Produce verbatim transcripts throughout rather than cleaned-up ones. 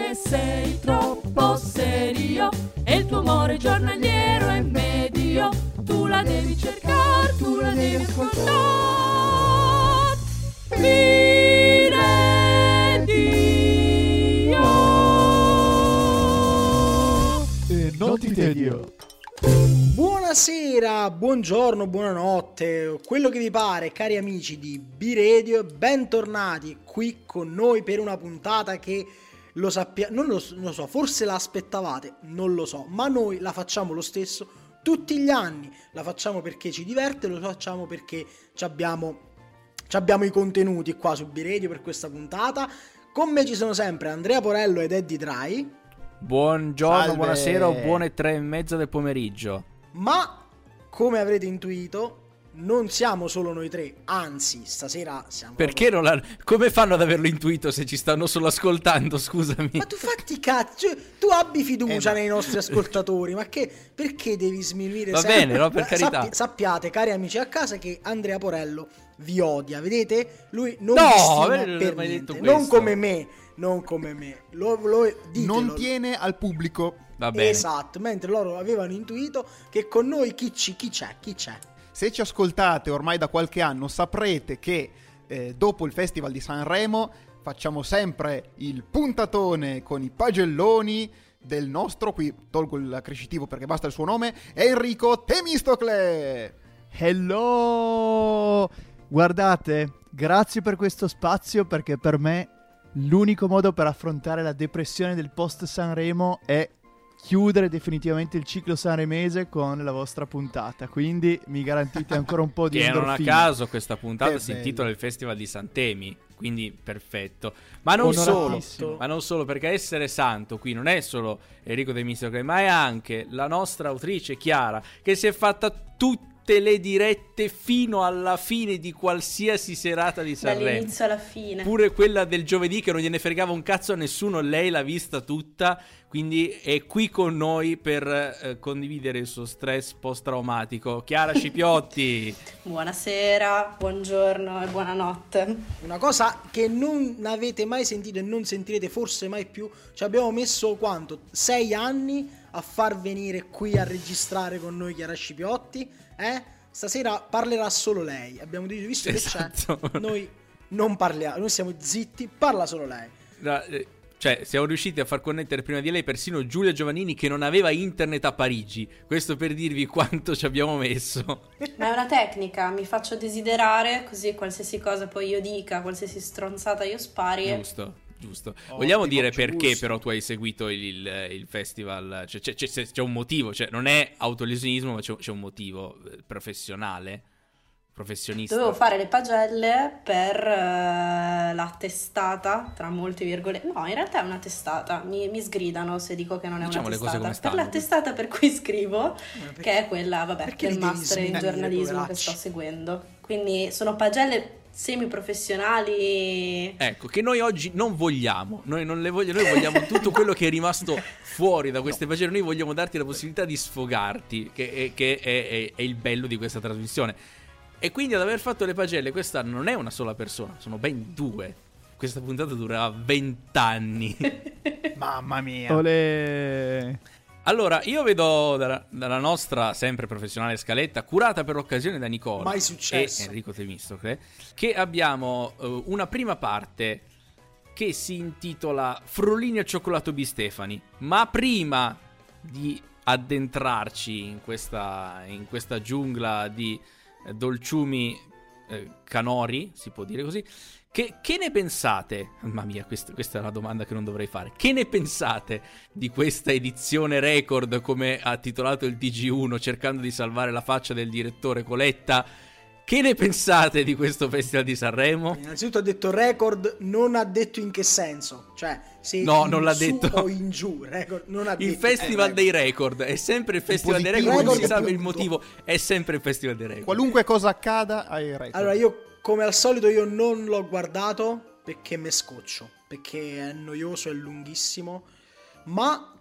che sei troppo serio e il tuo amore giornaliero è medio. Tu la devi cercare, tu la devi ascoltare. Dire Dio e non ti tedio. Buonasera, buongiorno, buonanotte, quello che vi pare, cari amici di B-Radio, bentornati qui con noi per una puntata che lo sappiamo, non lo, non lo so, forse la aspettavate, non lo so, ma noi la facciamo lo stesso tutti gli anni, la facciamo perché ci diverte, lo facciamo perché ci abbiamo, ci abbiamo i contenuti qua su B-Radio per questa puntata. Con me ci sono sempre Andrea Porello ed Eddie Dry. Buongiorno, Salve. buonasera o buone tre e mezza del pomeriggio. Ma, come avrete intuito, non siamo solo noi tre, anzi, stasera siamo... Perché proprio... non la... Come fanno ad averlo intuito se ci stanno solo ascoltando, scusami? Ma tu fatti cazzo, cioè, tu abbi fiducia Eh, ma- nei nostri ascoltatori, ma che, perché devi sminuire Va sempre? bene, no, per Eh, carità. sappi- sappiate, cari amici a casa, che Andrea Porello vi odia, vedete? Lui non No, vi stima vedi, non ho per mai niente, detto non questo. come me, non come me, lo, lo, ditelo. Non tiene al pubblico. Va bene. Esatto, mentre loro avevano intuito che con noi chi, ci, chi c'è, chi c'è. Se ci ascoltate ormai da qualche anno saprete che eh, dopo il Festival di Sanremo facciamo sempre il puntatone con i pagelloni del nostro, qui tolgo il accrescitivo perché basta il suo nome, Enrico Temistocle. Hello! Guardate, grazie per questo spazio perché per me l'unico modo per affrontare la depressione del post Sanremo è chiudere definitivamente il ciclo sanremese con la vostra puntata, quindi mi garantite ancora un po' di Che non a endorfine. caso questa puntata Che si bello. intitola il Festival di Sant'Emi, quindi perfetto. Ma non solo, Onoratissimo. ma non solo, perché essere santo qui non è solo Enrico De Mistocle, ma è anche la nostra autrice Chiara, che si è fatta tutte le dirette fino alla fine di qualsiasi serata di Sanremo. Dall'inizio alla fine. Pure quella del giovedì che non gliene fregava un cazzo a nessuno, lei l'ha vista tutta, quindi è qui con noi per eh, condividere il suo stress post-traumatico. Chiara Scipiotti. Buonasera, buongiorno e buonanotte. Una cosa che non avete mai sentito e non sentirete forse mai più, ci abbiamo messo quanto? Sei anni a far venire qui a registrare con noi Chiara Scipiotti, eh? Stasera parlerà solo lei, abbiamo detto, visto Esatto. che c'è, noi non parliamo, noi siamo zitti, parla solo lei. No, eh, Cioè, siamo riusciti a far connettere prima di lei persino Giulia Giovannini, che non aveva internet a Parigi. Questo per dirvi quanto ci abbiamo messo. Ma è una tecnica, mi faccio desiderare, così qualsiasi cosa poi io dica, qualsiasi stronzata io spari. Giusto, giusto. Vogliamo dire perché giusto. però tu hai seguito il, il- il festival? Cioè, c'è, c'è- c'è un motivo, cioè non è autolesionismo, ma c'è, c'è un motivo eh, professionale, professionista. Dovevo fare le pagelle per eh, la testata, tra molte virgolette. No, in realtà è una testata, mi, mi sgridano se dico che non è Diciamo una le cose come testata. Per stanno. la testata per cui scrivo, perché- che è quella, vabbè, perché del li devi master in sminuire, giornalismo che poveracci? sto seguendo. Quindi sono pagelle semiprofessionali. Ecco, che noi oggi non vogliamo, noi non le vogliamo, noi vogliamo tutto quello che è rimasto fuori da queste pagine, noi vogliamo darti la possibilità di sfogarti, che, è, che è, è- è il bello di questa trasmissione. E quindi ad aver fatto le pagelle quest'anno non è una sola persona, sono ben due. Questa puntata durerà vent'anni. Mamma mia. Olè. Allora, io vedo dalla, dalla nostra sempre professionale scaletta, curata per l'occasione da Nicola Mai successo. e Enrico Temistocle, che abbiamo eh, una prima parte che si intitola Frullini al cioccolato Bistefani. Ma prima di addentrarci in questa, in questa giungla di eh, dolciumi eh, canori, si può dire così, Che, che ne pensate? Mamma mia, questa, questa è una domanda che non dovrei fare. Che ne pensate di questa edizione record, come ha titolato il T G uno, cercando di salvare la faccia del direttore Coletta? Che ne pensate di questo Festival di Sanremo? Innanzitutto ha detto record, non ha detto in che senso, cioè se No, in non l'ha su detto. o in giù, record, non ha Il detto Festival eh, dei Record è sempre il Festival dei positivo, Record, non si record sa per il punto. motivo, è sempre il Festival dei Record. Qualunque cosa accada ai record. Allora io, come al solito, io non l'ho guardato perché me scoccio, perché è noioso, è lunghissimo, ma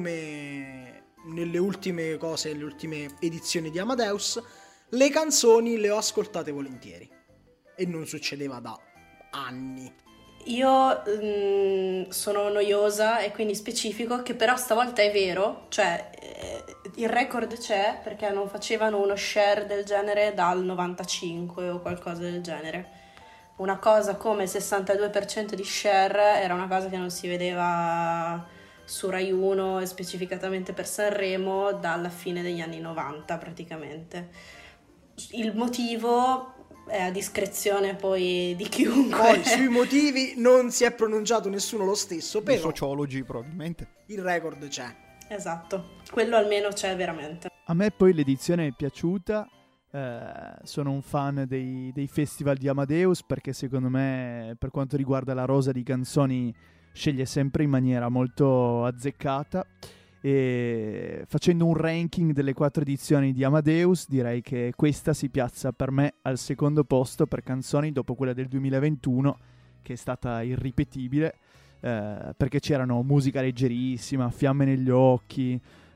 come nelle ultime cose, nelle ultime edizioni di Amadeus, le canzoni le ho ascoltate volentieri e non succedeva da anni. Io mm, sono noiosa e quindi specifico, che però stavolta è vero, cioè eh, il record c'è perché non facevano uno share del genere dal novantacinque o qualcosa del genere. Una cosa come il sessantadue per cento di share era una cosa che non si vedeva su Rai uno e specificatamente per Sanremo dalla fine degli anni novanta praticamente. Il motivo è a discrezione poi di chiunque. Poi sui motivi non si è pronunciato nessuno lo stesso, I però sociologi probabilmente. il record c'è. Esatto, quello almeno c'è veramente. A me poi l'edizione è piaciuta, eh, sono un fan dei, dei festival di Amadeus perché secondo me per quanto riguarda la rosa di canzoni sceglie sempre in maniera molto azzeccata. E facendo un ranking delle quattro edizioni di Amadeus direi che questa si piazza per me al secondo posto per canzoni dopo quella del duemilaventuno che è stata irripetibile, eh, perché c'erano musica leggerissima, fiamme negli occhi,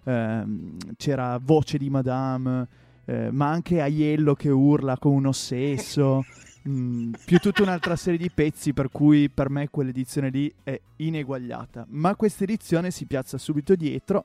ehm, c'era voce di Madame, eh, ma anche Aiello che urla come un ossesso, mh, più tutta un'altra serie di pezzi per cui per me quell'edizione lì è ineguagliata. Ma questa edizione si piazza subito dietro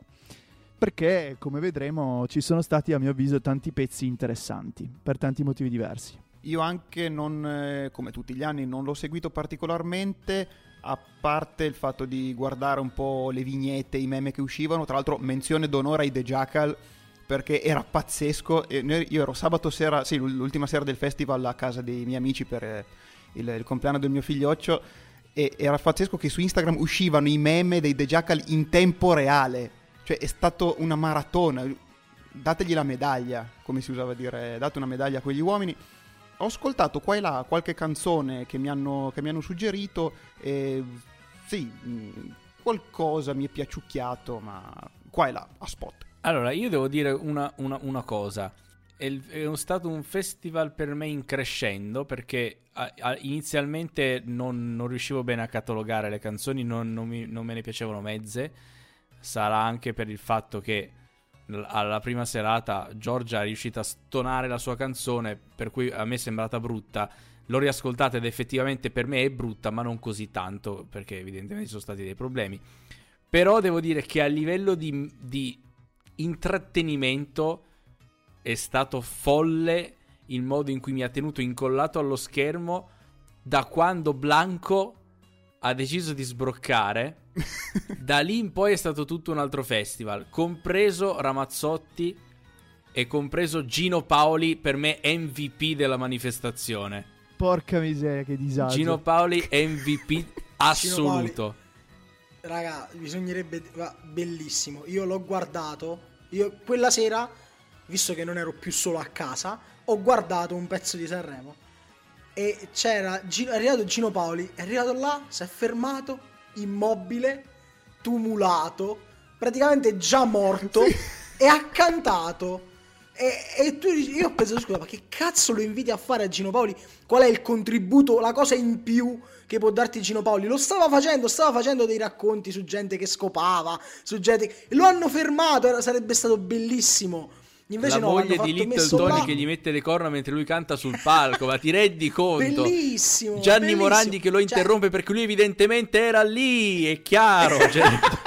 perché, come vedremo, ci sono stati a mio avviso tanti pezzi interessanti per tanti motivi diversi. Io anche non, eh, come tutti gli anni, non l'ho seguito particolarmente, a parte il fatto di guardare un po' le vignette, i meme che uscivano. Tra l'altro menzione d'onore ai The Jackal, perché era pazzesco. Io ero sabato sera, sì, l'ultima sera del festival a casa dei miei amici per eh, il, il compleanno del mio figlioccio, e era pazzesco che su Instagram uscivano i meme dei The Jackal in tempo reale. Cioè è stato una maratona. Dategli la medaglia, come si usava dire, date una medaglia a quegli uomini. Ho ascoltato qua e là qualche canzone che mi hanno, che mi hanno suggerito e sì, mh, qualcosa mi è piaciucchiato, ma qua e là, a spot. Allora, io devo dire una, una, una cosa. È, il- è stato un festival per me in crescendo, perché a- a- inizialmente non, non riuscivo bene a catalogare le canzoni, non, non mi- non me ne piacevano mezze. Sarà anche per il fatto che l- alla prima serata Giorgia è riuscita a stonare la sua canzone, per cui a me è sembrata brutta. L'ho riascoltata ed effettivamente per me è brutta, ma non così tanto, perché evidentemente ci sono stati dei problemi. Però devo dire che a livello di, di intrattenimento è stato folle il modo in cui mi ha tenuto incollato allo schermo da quando Blanco ha deciso di sbroccare. Da lì in poi è stato tutto un altro festival, compreso Ramazzotti e compreso Gino Paoli, per me M V P della manifestazione. Porca miseria, che disagio. Gino Paoli M V P assoluto. Raga, bisognerebbe... va, bellissimo. Io l'ho guardato. Io quella sera, visto che non ero più solo a casa, ho guardato un pezzo di Sanremo. E c'era... Gino, è arrivato Gino Paoli. È arrivato là, si è fermato, immobile, tumulato, praticamente già morto, e ha cantato. E, e tu dici, io ho pensato, scusa, ma che cazzo lo inviti a fare a Gino Paoli? Qual è il contributo, la cosa in più che può darti Gino Paoli? Lo stava facendo, stava facendo dei racconti su gente che scopava, su gente... E lo hanno fermato, era, sarebbe stato bellissimo. Invece La no, moglie hanno di fatto- Little messo Tony là. che gli mette le corna mentre lui canta sul palco, ma ti rendi conto? Bellissimo, Gianni bellissimo. Morandi che lo Cioè- interrompe perché lui evidentemente era lì, è chiaro. Cioè,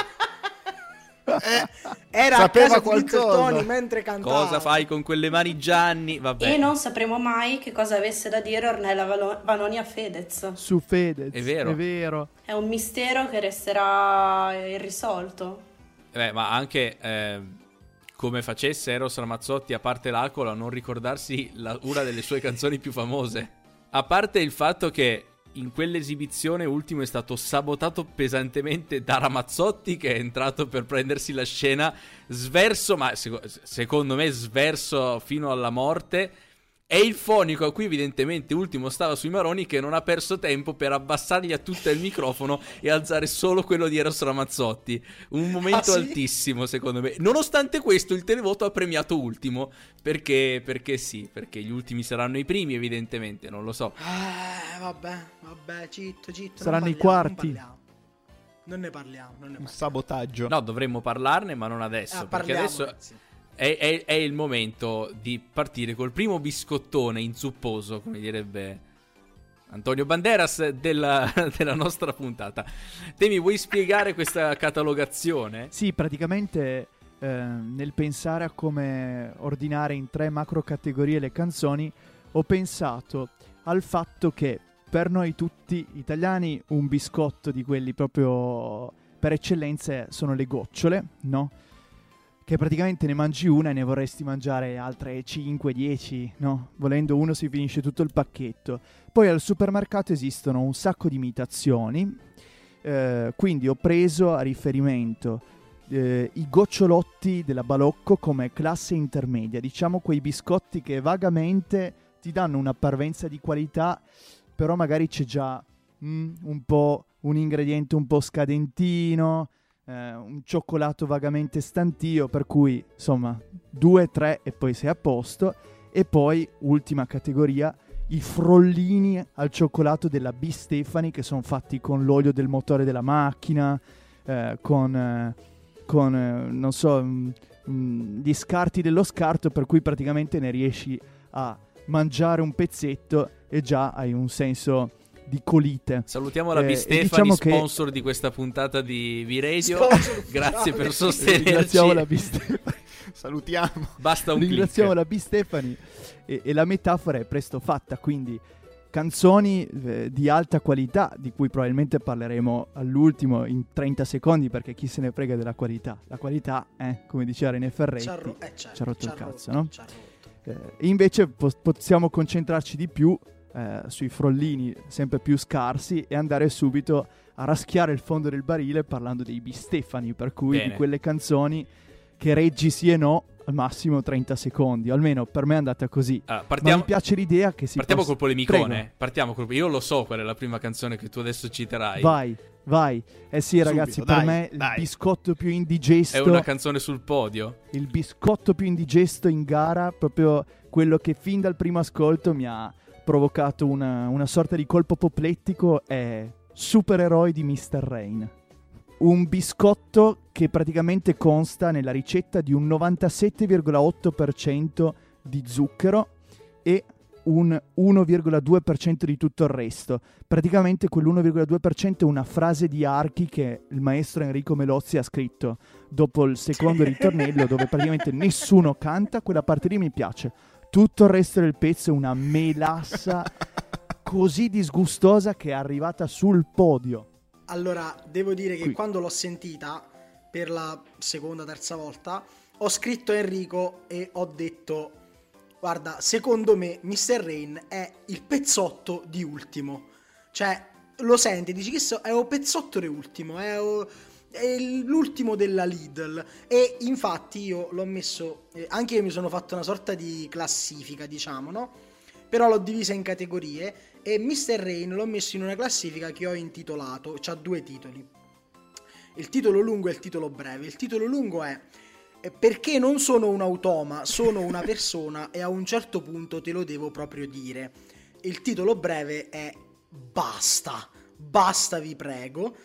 Era Sapeva a casa di Little qualcosa. Tony mentre cantava. cosa fai con quelle mani, Gianni? Vabbè, E non sapremo mai che cosa avesse da dire Ornella Valo- Vanoni a Fedez. Su Fedez. È vero. È vero. È un mistero che resterà irrisolto. Beh, ma anche eh, come facesse Eros Ramazzotti, a parte l'alcol, a non ricordarsi la- una delle sue canzoni più famose. A parte il fatto che in quell'esibizione ultimo è stato sabotato pesantemente da Ramazzotti, che è entrato per prendersi la scena sverso, ma seco- secondo me sverso fino alla morte. E il fonico, a cui evidentemente ultimo stava sui maroni, che non ha perso tempo per abbassargli a tutto il microfono e alzare solo quello di Eros Ramazzotti. Un momento Ah, sì? altissimo, secondo me. Nonostante questo, il televoto ha premiato ultimo. Perché? Perché sì, perché gli ultimi saranno i primi, evidentemente, non lo so. Eh, vabbè, vabbè, citto, citto. Saranno non i parliamo, quarti. Non, parliamo. non ne parliamo, non ne Un parliamo. sabotaggio. No, dovremmo parlarne, ma non adesso. Ah, perché parliamo, adesso ragazzi. è, è- è il momento di partire col primo biscottone inzupposo, come direbbe Antonio Banderas della, della nostra puntata. Te mi vuoi spiegare questa catalogazione? Sì, praticamente eh, nel pensare a come ordinare in tre macro categorie le canzoni, ho pensato al fatto che per noi tutti italiani un biscotto di quelli proprio per eccellenza sono le gocciole, no? Che praticamente ne mangi una e ne vorresti mangiare altre cinque, dieci, no? Volendo uno si finisce tutto il pacchetto. Poi al supermercato esistono un sacco di imitazioni, eh, quindi ho preso a riferimento eh, i gocciolotti della Balocco come classe intermedia, diciamo quei biscotti che vagamente ti danno una parvenza di qualità, però magari c'è già mm, un po' un ingrediente un po' scadentino, eh, un cioccolato vagamente stantio, per cui insomma due, tre e poi sei a posto. E poi ultima categoria, i frollini al cioccolato della B. Stefani, che sono fatti con l'olio del motore della macchina, eh, con, eh, con eh, non so, mh, mh, gli scarti dello scarto, per cui praticamente ne riesci a mangiare un pezzetto e già hai un senso di colite. Salutiamo la eh, B. Stefani, diciamo sponsor che... di questa puntata di V-Radio. Grazie per sostenerci. Ringraziamo la B. Stefani. Salutiamo. Basta un Ringraziamo click. la B. Stefani. E, e la metafora è presto fatta, quindi canzoni eh, di alta qualità, di cui probabilmente parleremo all'ultimo in trenta secondi, perché chi se ne frega della qualità. La qualità, eh, come diceva René Ferretti, Ci ha ro- eh, certo, ci ha rotto ci il ha cazzo, rotto, no? ci ha rotto. Eh, invece po- possiamo concentrarci di più eh, sui frollini sempre più scarsi e andare subito a raschiare il fondo del barile parlando dei B. Stefani, per cui Bene. di quelle canzoni che reggi sì e no al massimo trenta secondi, almeno per me è andata così. Allora, Ma partiamo, mi piace l'idea che si partiamo possa... col polemicone. Prego. Partiamo col... Io lo so qual è la prima canzone che tu adesso citerai. Vai, vai. Eh sì, Subito, ragazzi, dai, per me dai. il biscotto più indigesto, È una canzone sul podio. il biscotto più indigesto in gara, proprio quello che fin dal primo ascolto mi ha provocato una, una sorta di colpo apoplettico, è Supereroi di mister Rain. Un biscotto che praticamente consta nella ricetta di un novantasette virgola otto per cento di zucchero e un uno virgola due per cento di tutto il resto. Praticamente quell'uno virgola due per cento è una frase di Archi che il maestro Enrico Melozzi ha scritto dopo il secondo ritornello, dove praticamente nessuno canta, quella parte lì mi piace. Tutto il resto del pezzo è una melassa così disgustosa che è arrivata sul podio. Allora, devo dire che Qui. quando l'ho sentita per la seconda, terza volta, ho scritto a Enrico e ho detto: guarda, secondo me mister Rain è il pezzotto di Ultimo. Cioè, lo senti, dici che so, è un pezzotto di Ultimo, è, o- è l'ultimo della Lidl. E infatti io l'ho messo, eh, anche io mi sono fatto una sorta di classifica, diciamo, no? Però l'ho divisa in categorie e mister Rain l'ho messo in una classifica che ho intitolato, c'ha due titoli, il titolo lungo e il titolo breve. Il titolo lungo è eh, perché non sono un automa, sono una persona e a un certo punto te lo devo proprio dire. Il titolo breve è basta, basta vi prego.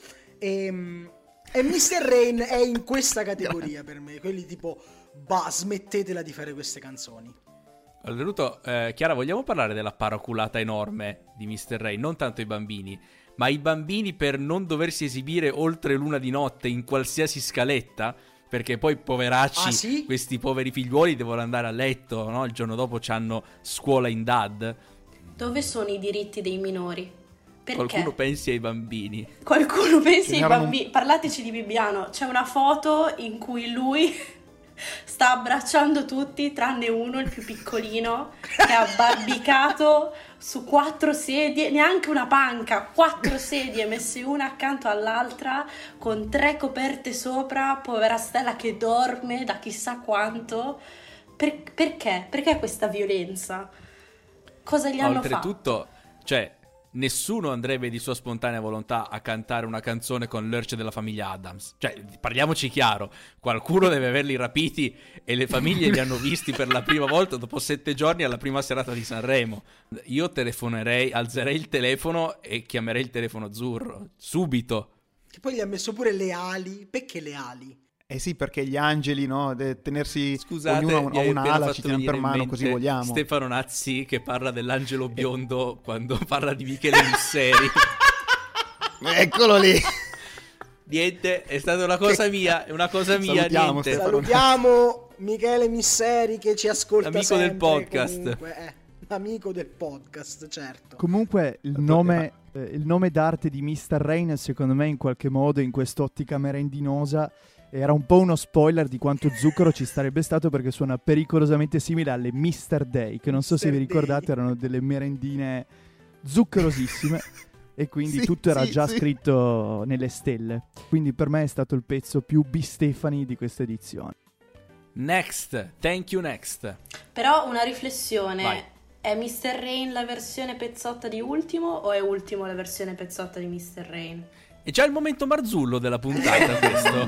E, e mister Rain è in questa categoria per me, quelli tipo bah, smettetela di fare queste canzoni. Oltretutto, eh, Chiara, vogliamo parlare della paraculata enorme di mister Rain? Non tanto i bambini, ma i bambini per non doversi esibire oltre l'una di notte in qualsiasi scaletta, perché poi poveracci, Ah, sì? questi poveri figliuoli devono andare a letto, no? Il giorno dopo c'hanno scuola in D A D. Dove sono i diritti dei minori? Perché? Qualcuno pensi ai bambini. Qualcuno pensi ai Chiamiamo- bambini. Parlateci di Bibbiano. C'è una foto in cui lui sta abbracciando tutti, tranne uno, il più piccolino, che è abbarbicato su quattro sedie, neanche una panca, quattro sedie messe una accanto all'altra, con tre coperte sopra, povera Stella che dorme da chissà quanto. Per- perché? Perché questa violenza? Cosa gli hanno fatto? Oltretutto, cioè, nessuno andrebbe di sua spontanea volontà a cantare una canzone con l'Erce della famiglia Adams. Cioè, parliamoci chiaro, qualcuno deve averli rapiti e le famiglie li hanno visti per la prima volta dopo sette giorni alla prima serata di Sanremo. Io telefonerei, alzerei il telefono e chiamerei il telefono azzurro, subito. Che poi gli ha messo pure le ali. Perché le ali? Eh sì, perché gli angeli, no? De- tenersi Scusate, ognuno a mi hai appena un'ala, fatto ci teniamo per venire in mano, mente così vogliamo. Stefano Nazzi che parla dell'angelo biondo quando parla di Michele Misseri. Eccolo lì. Niente, è stata una cosa mia, è una cosa mia, Salutiamo, niente. Stefano. Salutiamo Michele Misseri che ci ascolta Amico del sempre, podcast. comunque, eh, amico del podcast, certo. Comunque il nome, eh, il nome d'arte di mister Rain, secondo me, in qualche modo, in quest'ottica merendinosa, era un po' uno spoiler di quanto zucchero ci sarebbe stato, perché suona pericolosamente simile alle mister Day, che non so se vi mister ricordate, Day. erano delle merendine zuccherosissime. E quindi Sì, tutto era sì, già sì. scritto nelle stelle. Quindi per me è stato il pezzo più Bistefani di questa edizione. Next, thank you next. Però una riflessione, Vai. è mister Rain la versione pezzotta di Ultimo o è Ultimo la versione pezzotta di mister Rain? È già il momento Marzullo della puntata questo.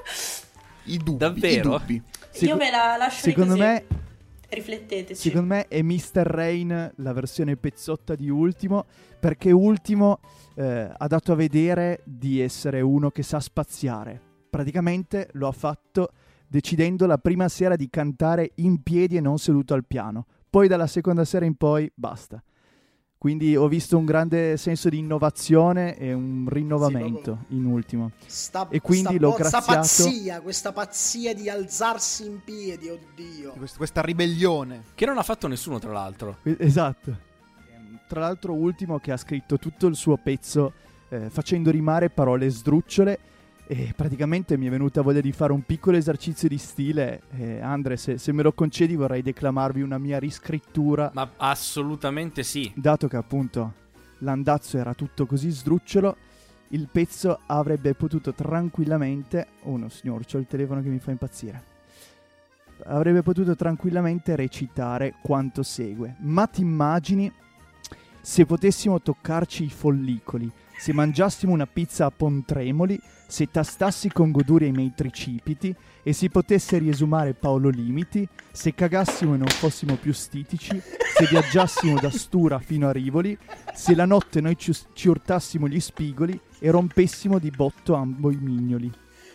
I dubbi, Davvero? i dubbi. Seco- Io ve la lascio lì Secondo così. me, Rifletteteci. secondo me è mister Rain la versione pezzotta di Ultimo, perché Ultimo eh, ha dato a vedere di essere uno che sa spaziare. Praticamente lo ha fatto decidendo la prima sera di cantare in piedi e non seduto al piano. Poi dalla seconda sera in poi basta. Quindi ho visto un grande senso di innovazione e un rinnovamento in Ultimo. Sta, E quindi sta l'ho bo- sta graziato- pazzia, questa pazzia di alzarsi in piedi, oddio. Quest- questa ribellione. Che non ha fatto nessuno, tra l'altro. Eh, Esatto. Ehm, Tra l'altro Ultimo che ha scritto tutto il suo pezzo eh, facendo rimare parole sdrucciole, e praticamente mi è venuta voglia di fare un piccolo esercizio di stile. eh, Andre, se, se me lo concedi, vorrei declamarvi una mia riscrittura, Ma assolutamente sì. dato che appunto l'andazzo era tutto così sdrucciolo. Il pezzo avrebbe potuto tranquillamente... Oh no, signor, c'ho il telefono che mi fa impazzire. Avrebbe potuto tranquillamente recitare quanto segue. Ma ti immagini se potessimo toccarci i follicoli, se mangiassimo una pizza a Pontremoli, se tastassi con goduria i miei tricipiti e si potesse riesumare Paolo Limiti, se cagassimo e non fossimo più stitici, se viaggiassimo da Stura fino a Rivoli, se la notte noi ci, ci urtassimo gli spigoli e rompessimo di botto ambo i mignoli.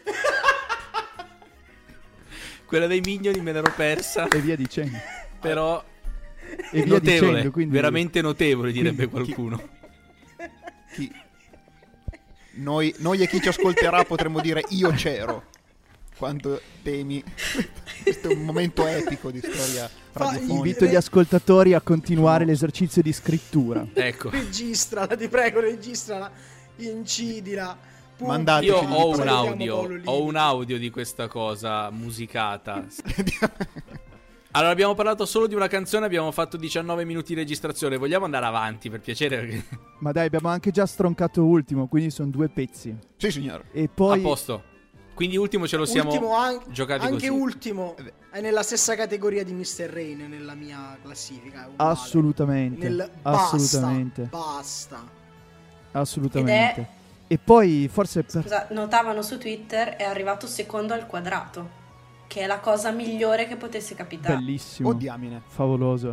Quella dei mignoli me l'ero persa, E via dicendo. però E via notevole, dicendo, quindi... veramente notevole, direbbe Quindi, chi- qualcuno. Chi- Noi, noi e chi ci ascolterà potremmo dire io c'ero quando temi. Questo è un momento epico di storia radiofonica. Invito gli ascoltatori a continuare l'esercizio di scrittura. Ecco, Registrala, ti prego, registrala, incidila. Pubblica. Mandateci io lì, ho un Salutiamo audio, Paolo Limiti. ho un audio di questa cosa musicata. Allora, abbiamo parlato solo di una canzone, abbiamo fatto diciannove minuti di registrazione. Vogliamo andare avanti, per piacere? Perché... Ma dai, abbiamo anche già stroncato Ultimo, quindi sono due pezzi. Sì, signore. E A poi... posto. Quindi Ultimo ce lo siamo Ultimo an- giocati anche così. Ultimo è nella stessa categoria di mister Rain nella mia classifica. è uguale. Assolutamente. Nel assolutamente. Basta. basta. Assolutamente. Ed è- E poi forse per... Scusa, notavano su Twitter è arrivato secondo al quadrato, che è la cosa migliore che potesse capitare. Bellissimo. Oh, diamine. Favoloso.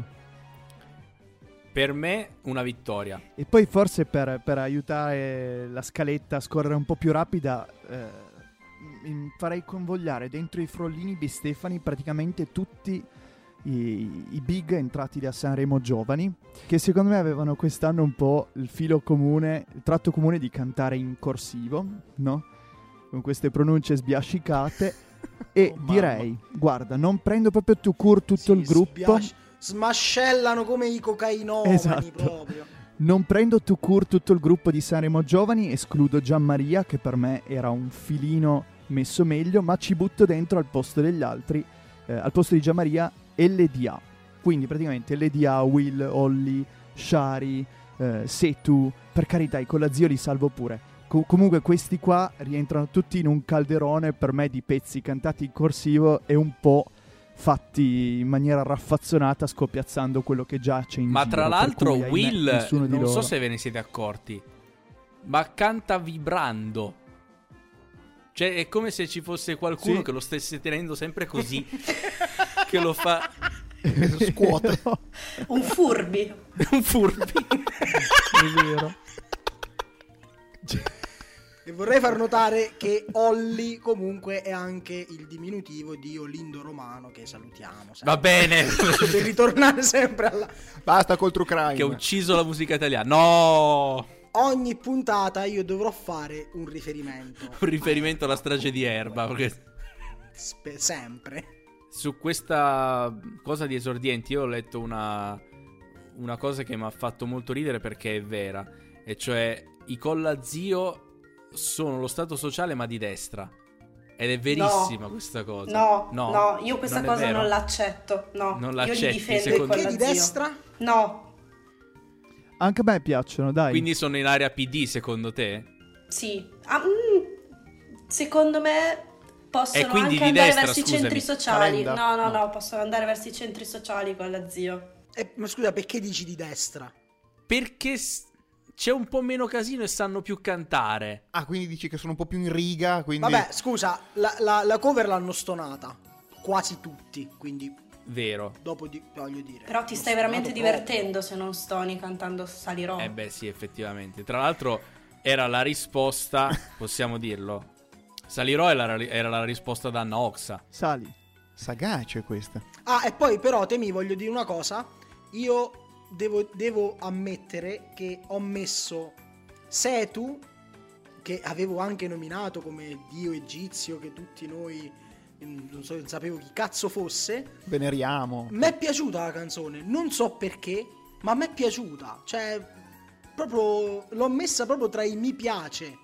Per me una vittoria. E poi forse per, per aiutare la scaletta a scorrere un po' più rapida, eh, mi farei convogliare dentro i frollini Bistefani praticamente tutti i, i big entrati da Sanremo giovani, che secondo me avevano quest'anno un po' il filo comune, il tratto comune di cantare in corsivo, no? Con queste pronunce sbiascicate. E Oh, mamma. direi, guarda, non prendo proprio to cure tutto Sì, il gruppo. sbias- smascellano come i cocainomani Esatto. proprio. Non prendo to cure tutto il gruppo di Sanremo Giovani, escludo Gianmaria, che per me era un filino messo meglio, ma ci butto dentro al posto degli altri, eh, al posto di Gianmaria, L D A. Quindi praticamente L D A, Will, Olli, Shari, eh, Setu, per carità, i Colazio li salvo pure. Co- comunque questi qua rientrano tutti in un calderone per me di pezzi cantati in corsivo e un po' fatti in maniera raffazzonata, scoppiazzando quello che già c'è in Ma giro, tra per l'altro cui, ahimè, Will, nessuno di non loro. so se ve ne siete accorti, ma canta vibrando. Cioè è come se ci fosse qualcuno Sì. che lo stesse tenendo sempre così, che lo fa Scuote. No, Un furbi. un furbi. è vero. È vorrei far notare che Olli comunque è anche il diminutivo di Olindo Romano, che salutiamo sempre. Va bene. Per ritornare sempre alla... Basta col true crime. Che ha ucciso la musica italiana. No! Ogni puntata io dovrò fare un riferimento. Un riferimento alla strage di Erba. Perché... Spe- sempre. Su questa cosa di esordienti io ho letto una, una cosa che mi ha fatto molto ridere perché è vera. E cioè i Colla-Zio sono lo stato sociale ma di destra. Ed è verissima No. questa cosa. No, no, no, io questa non è cosa vero? non l'accetto. No, Non io l'accetti, li difendo i secondo- Perché di Colla-Zio. destra? No, Anche a me piacciono, dai. Quindi sono in area P D secondo te? sì. Ah, mm, secondo me possono E quindi anche di andare destra, verso scusami. i centri sociali. Calenda. No, no, No. no, possono andare verso i centri sociali con la zio. Eh, ma scusa, perché dici di destra? Perché s- c'è un po' meno casino e sanno più cantare. Ah, quindi dici che sono un po' più in riga, quindi... Vabbè, scusa, la, la- la cover l'hanno stonata. Quasi tutti, quindi Vero. dopo di, voglio dire. Però ti l'ho stai veramente stonato proprio. divertendo se non stoni cantando Salirò. Eh beh sì, effettivamente. Tra l'altro era la risposta, possiamo dirlo. Salirò era la, era la risposta da Anna Oxa. Sali. Sagace questa. Ah, e poi però te mi voglio dire una cosa. Io devo, devo ammettere che ho messo Setu, che avevo anche nominato come dio egizio, che tutti noi mm, non so, non sapevo chi cazzo fosse. Veneriamo. Mi è piaciuta la canzone, non so perché, ma mi è piaciuta. Cioè, proprio l'ho messa proprio tra i mi piace,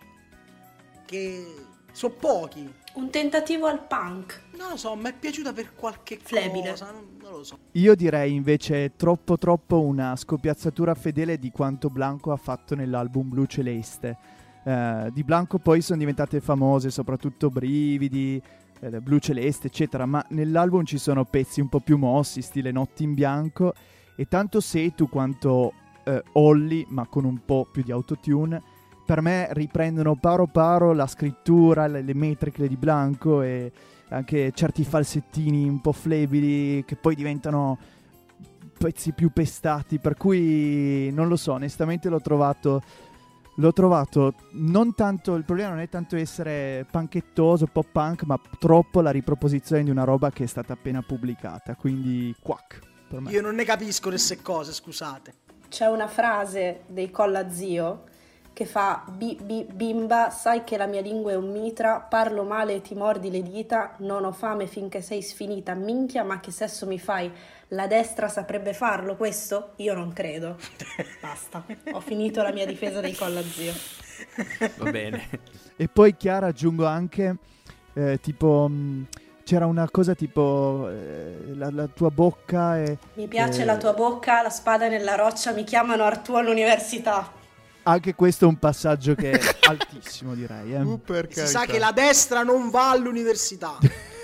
che sono pochi. Un tentativo al punk. Non lo so, mi è piaciuta per qualche Flebile. cosa, non, non lo so. Io direi invece troppo troppo una scopiazzatura fedele di quanto Blanco ha fatto nell'album Blu Celeste. Eh, di Blanco poi sono diventate famose soprattutto Brividi, eh, Blu Celeste eccetera, ma nell'album ci sono pezzi un po' più mossi, stile Notti in Bianco, e tanto Setu quanto eh, Olli, ma con un po' più di autotune, per me riprendono paro paro la scrittura, le, le metriche di Blanco e anche certi falsettini un po' flebili che poi diventano pezzi più pestati, per cui non lo so, onestamente l'ho trovato l'ho trovato non tanto, il problema non è tanto essere panchettoso, pop punk, ma troppo la riproposizione di una roba che è stata appena pubblicata, quindi quack per me. Io non ne capisco queste cose, scusate. C'è una frase dei Colla-Zio che fa bi, bi, bimba, sai che la mia lingua è un mitra, parlo male e ti mordi le dita, non ho fame finché sei sfinita, minchia, ma che sesso mi fai? La destra saprebbe farlo questo? Io non credo. Basta, ho finito la mia difesa dei Colla-Zio. Va bene. E poi Chiara aggiungo anche eh, tipo mh, c'era una cosa tipo eh, la, la tua bocca e Mi piace eh, la tua bocca, la spada nella roccia, mi chiamano Artù all'università. anche questo è un passaggio che è altissimo, direi. Eh. Uh, per Si sa carità. che la destra non va all'università.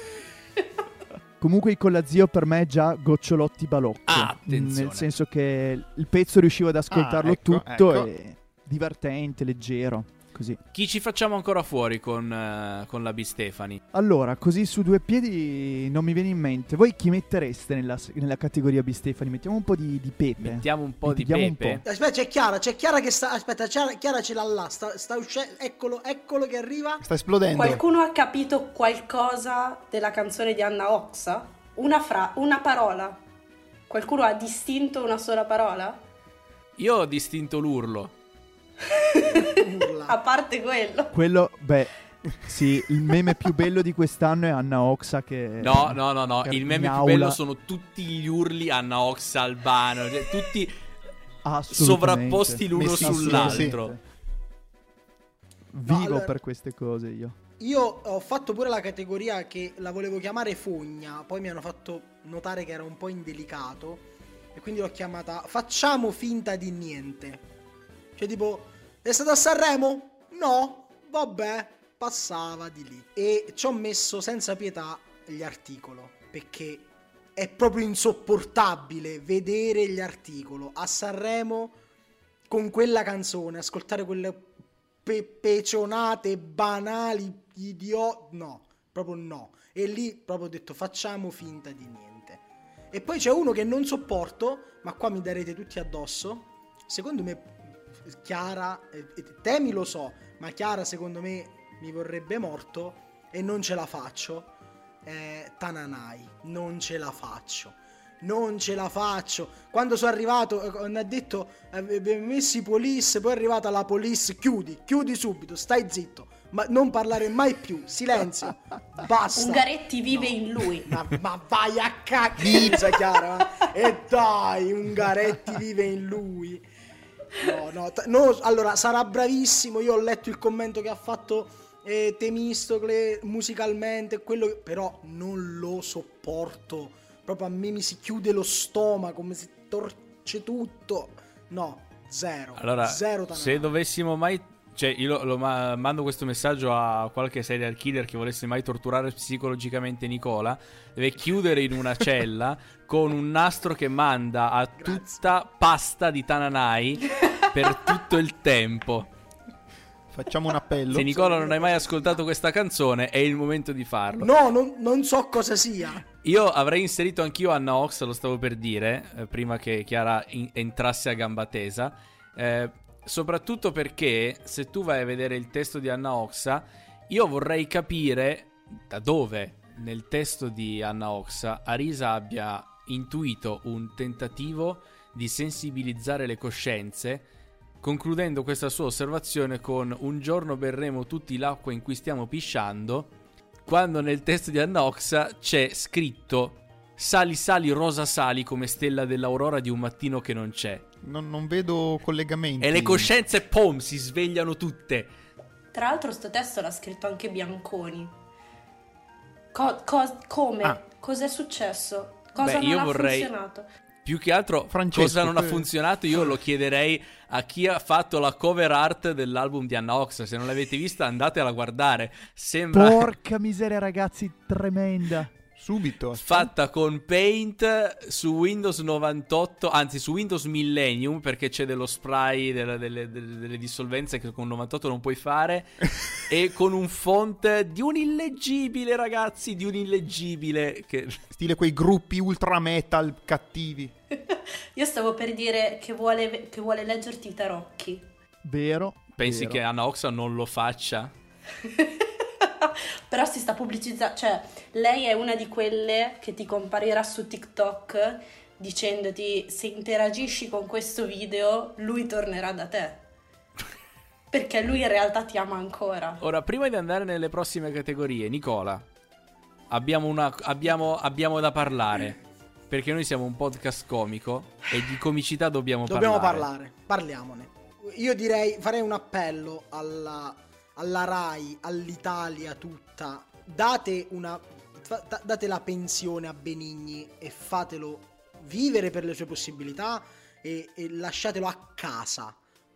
Comunque i Colla-Zio per me è già gocciolotti balocchi. Ah, attenzione. Nel senso che il pezzo riuscivo ad ascoltarlo Ah, ecco, tutto ecco. e divertente, leggero, così. Chi ci facciamo ancora fuori con, eh, con la B. Stefani? Allora, così su due piedi non mi viene in mente. Voi chi mettereste nella, nella categoria B. Stefani? Mettiamo un po' di, di pepe. Mettiamo un po' di Litighiamo un pepe. po'. Aspetta, c'è Chiara, c'è Chiara che sta... Aspetta, Chiara, Chiara ce l'ha là, sta, sta uscendo... Eccolo, eccolo che arriva. Sta esplodendo. Qualcuno ha capito qualcosa della canzone di Anna Oxa? Una fra, una parola. Qualcuno ha distinto una sola parola? Io ho distinto l'urlo. Urla. A parte quello. Quello, beh, sì, il meme più bello di quest'anno è Anna Oxa che... No, no, no, no. che Il meme più gnaula. bello sono tutti gli urli Anna Oxa Albano. Cioè, tutti Assolutamente. sovrapposti l'uno Messi sull'altro. Vivo No, allora- per queste cose io. Io ho fatto pure la categoria che la volevo chiamare fogna, poi mi hanno fatto notare che era un po' indelicato e quindi l'ho chiamata facciamo finta di niente. Cioè tipo, è stato a Sanremo? No, vabbè, passava di lì. E ci ho messo senza pietà gli articoli, perché è proprio insopportabile vedere gli articoli a Sanremo con quella canzone, ascoltare quelle pe- pecionate banali, idioti, no, proprio no. E lì proprio ho detto facciamo finta di niente. E poi c'è uno che non sopporto, ma qua mi darete tutti addosso. Secondo me Chiara, eh, Temi lo so, ma Chiara secondo me mi vorrebbe morto e non ce la faccio. eh, Tananai, non ce la faccio. Non ce la faccio. Quando sono arrivato, mi ha detto abbiamo messo i police, poi è arrivata la police, chiudi, chiudi subito, stai zitto, ma non parlare mai più, silenzio, basta. Ungaretti vive No. in lui. Ma, ma vai a cacchizza, Chiara. E dai, Ungaretti vive in lui. No, no, t- no, allora sarà bravissimo. Io ho letto il commento che ha fatto eh, Temistocle musicalmente, quello, però non lo sopporto. Proprio a me mi si chiude lo stomaco, mi si torce tutto. No, zero. Allora, zero Tananai. se dovessimo mai... Cioè, io lo, lo ma- mando questo messaggio a qualche serial killer che volesse mai torturare psicologicamente Nicola. Deve chiudere in una cella con un nastro che manda a Grazie. tutta pasta di Tananai per tutto il tempo. Facciamo un appello. Se Nicola non hai mai ascoltato questa canzone, è il momento di farlo. No, non, non so cosa sia. Io avrei inserito anch'io Anna Ox, lo stavo per dire, eh, prima che Chiara in- entrasse a gamba tesa. Eh, soprattutto perché, se tu vai a vedere il testo di Anna Oxa, io vorrei capire da dove nel testo di Anna Oxa Arisa abbia intuito un tentativo di sensibilizzare le coscienze, concludendo questa sua osservazione con un giorno berremo tutti l'acqua in cui stiamo pisciando, quando nel testo di Anna Oxa c'è scritto sali sali rosa sali come stella dell'aurora di un mattino che non c'è. Non, non vedo collegamenti. E le coscienze pom si svegliano tutte. Tra l'altro sto testo l'ha scritto anche Bianconi. Co- co- come? Ah. Cos'è successo? Cosa Beh, non io ha vorrei- funzionato? Più che altro, Francesco, cosa non ha que- funzionato io lo chiederei a chi ha fatto la cover art dell'album di Anna Oxa. Se non l'avete vista andatela a guardare. Sembra Porca miseria, ragazzi, tremenda. Subito. aspetta. fatta con Paint su Windows novantotto, anzi su Windows Millennium, perché c'è dello spray, delle, delle- delle- delle dissolvenze che con novantotto non puoi fare, e con un font di un illeggibile, ragazzi, di un illeggibile che... Stile quei gruppi ultra metal cattivi. Io stavo per dire che vuole, che vuole leggerti i tarocchi. Vero? Pensi vero. che Anna Oxa non lo faccia? Però si sta pubblicizzando, cioè lei è una di quelle che ti comparirà su TikTok dicendoti se interagisci con questo video lui tornerà da te, perché lui in realtà ti ama ancora. Ora, prima di andare nelle prossime categorie, Nicola, abbiamo, una, abbiamo, abbiamo da parlare, perché noi siamo un podcast comico e di comicità dobbiamo, Dobbiamo parlare. parlare, parliamone. Io direi, farei un appello alla, alla Rai, all'Italia tutta. Date una fa- da- date la pensione a Benigni e fatelo vivere per le sue possibilità e, e lasciatelo a casa.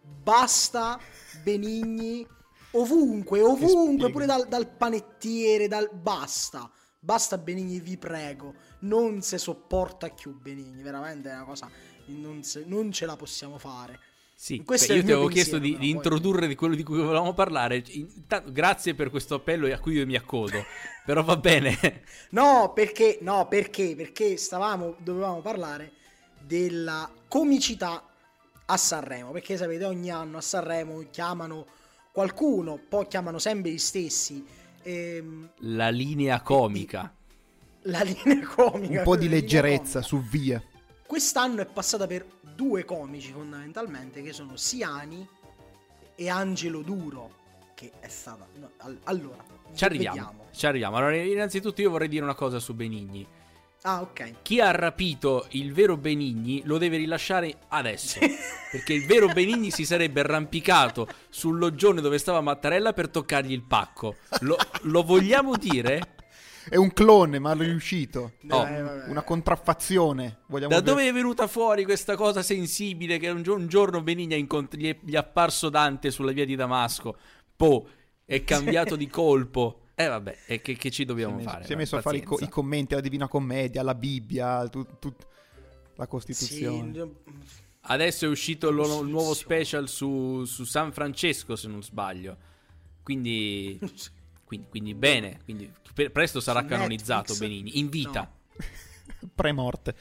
Basta Benigni ovunque, ovunque, spiega. pure dal, dal panettiere, dal basta. Basta Benigni, vi prego. Non si sopporta più Benigni, veramente è una cosa non, se- non ce la possiamo fare. Sì, Questo beh, è io il ti mio avevo chiesto pensiero, di, di però, poi- introdurre di quello di cui volevamo parlare. Intanto, grazie per questo appello a cui io mi accodo. Però va bene. No, perché no, perché? Perché stavamo dovevamo parlare della comicità a Sanremo, perché sapete ogni anno a Sanremo chiamano qualcuno, poi chiamano sempre gli stessi. ehm, La linea comica. la linea comica, Un po' di la linea leggerezza comica. su via. Quest'anno è passata per due comici fondamentalmente, che sono Siani e Angelo Duro, che è stata no, all- allora Ci arriviamo. vediamo. Ci arriviamo. Allora, innanzitutto io vorrei dire una cosa su Benigni. Ah, ok. Chi ha rapito il vero Benigni lo deve rilasciare adesso. Perché il vero Benigni si sarebbe arrampicato sul loggione dove stava Mattarella per toccargli il pacco. Lo, lo vogliamo dire? È un clone, ma è riuscito. Oh. Eh, vabbè. Una contraffazione. Vogliamo Da dire- dove è venuta fuori questa cosa sensibile che un, gio- un giorno Benigni ha incont- gli, è, gli è apparso Dante sulla via di Damasco? Po, è cambiato di colpo. Eh vabbè, e che, che ci dobbiamo si è messo, fare? si è messo a fare i, co- Pazienza. i commenti alla Divina Commedia, alla Bibbia, tut- tut- la Costituzione. Sì, Adesso è uscito il, lo- il nuovo Costituzione. special su, su San Francesco, se non sbaglio. Quindi, quindi, quindi bene. Quindi per- presto sarà Su canonizzato Netflix? Benigni, in vita. Pre-morte.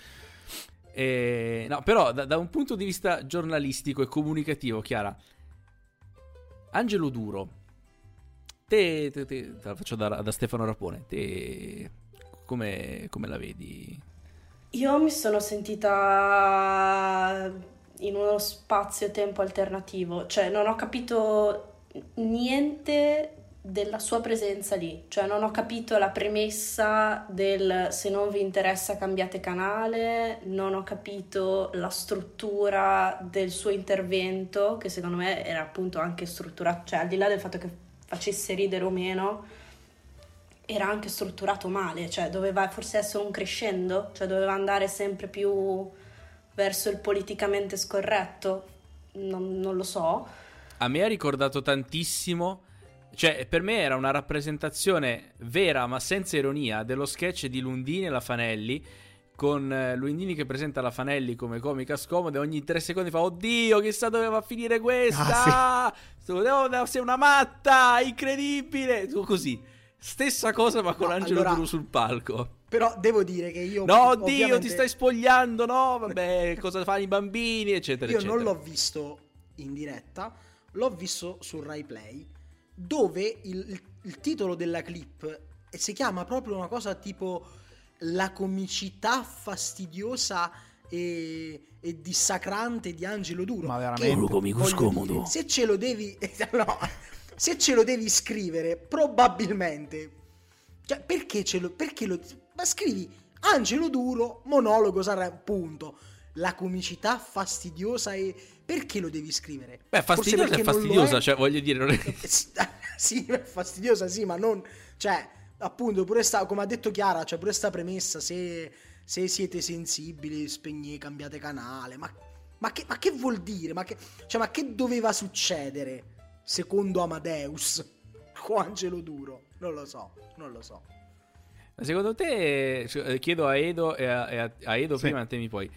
Eh, no, però da, da un punto di vista giornalistico e comunicativo, Chiara, Angelo Duro, te, te, te, te la faccio da, da Stefano Rapone, te come, come la vedi? Io mi sono sentita in uno spazio-tempo alternativo, cioè non ho capito niente della sua presenza lì, cioè non ho capito la premessa del se non vi interessa cambiate canale, non ho capito la struttura del suo intervento, che secondo me era appunto anche strutturato, cioè al di là del fatto che facesse ridere o meno, era anche strutturato male, cioè doveva forse essere un crescendo, cioè doveva andare sempre più verso il politicamente scorretto, non, non lo so. A me ha ricordato tantissimo, cioè per me era una rappresentazione vera ma senza ironia dello sketch di Lundini e la Fanelli, con eh, Lundini che presenta la Fanelli come comica scomoda e ogni tre secondi fa oddio chissà dove va a finire questa, ah, sì. oh, sei una matta, incredibile, così, stessa cosa ma con no, Angelo allora... Duro sul palco. Però devo dire che io... No, oddio, ovviamente... ti stai spogliando, no, vabbè, cosa fanno i bambini, eccetera, io eccetera. Non l'ho visto in diretta, l'ho visto su Rai Play, dove il, il, il titolo della clip si chiama proprio una cosa tipo la comicità fastidiosa e, e dissacrante di Angelo Duro. Ma veramente? Che, comico scomodo. Dire, se ce lo devi... no, se ce lo devi scrivere, probabilmente... Cioè, perché ce lo... Perché lo... Ma scrivi Angelo Duro, monologo Sanremo, punto. La comicità fastidiosa e... Perché lo devi scrivere? Beh, fastidiosa è fastidiosa, è. Cioè, voglio dire... Non è... sì, è fastidiosa, sì, ma non... Cioè, appunto, pure sta... Come ha detto Chiara, cioè, pure sta premessa, se, se siete sensibili, spegnete, cambiate canale, ma... Ma che, ma che vuol dire? Ma che, cioè, ma che doveva succedere, secondo Amadeus, con Angelo Duro? Non lo so, non lo so. Secondo te, chiedo a Edo e a, a, a Edo sì. prima, a te mi poi,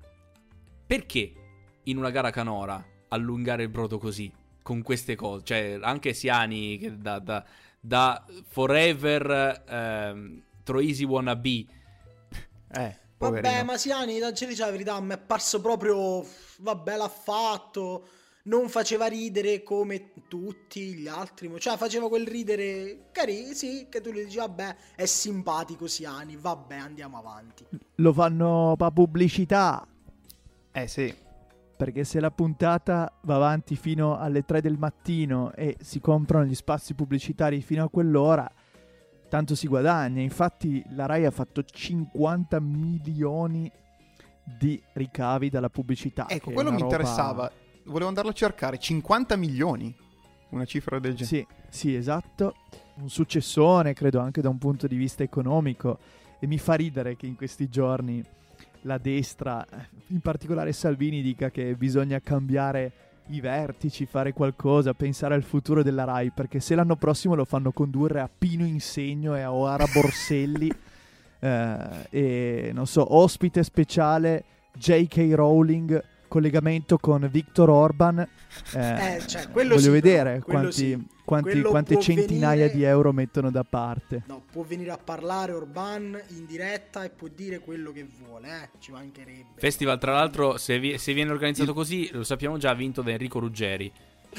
perché in una gara canora allungare il brodo così, con queste cose? Cioè, anche Siani, che da, da, da Forever ehm, Troisi Wannabe, eh, vabbè, ma Siani, da dire la verità, mi è parso proprio, vabbè, l'ha fatto, non faceva ridere come tutti gli altri, cioè faceva quel ridere carino, sì, che tu gli dici vabbè, è simpatico Siani, vabbè, andiamo avanti. Lo fanno per pubblicità. Eh sì. Perché se la puntata va avanti fino alle tre del mattino e si comprano gli spazi pubblicitari fino a quell'ora, tanto si guadagna. Infatti la Rai ha fatto cinquanta milioni di ricavi dalla pubblicità. Ecco, quello mi roba... interessava. Volevo andarlo a cercare. cinquanta milioni, una cifra del genere. Sì, sì, esatto. Un successone, credo, anche da un punto di vista economico. E mi fa ridere che in questi giorni la destra, in particolare Salvini, dica che bisogna cambiare i vertici, fare qualcosa, pensare al futuro della Rai, perché se l'anno prossimo lo fanno condurre a Pino Insegno e a Oara Borselli eh, e non so, ospite speciale J K Rowling, collegamento con Viktor Orban, eh, eh, cioè, quello voglio sì, vedere quello quanti, sì. quanti, quante centinaia venire... di euro mettono da parte. No, può venire a parlare Orban in diretta e può dire quello che vuole, eh? Ci mancherebbe. Festival, tra l'altro, se, vi, se viene organizzato così, lo sappiamo già, ha vinto da Enrico Ruggeri.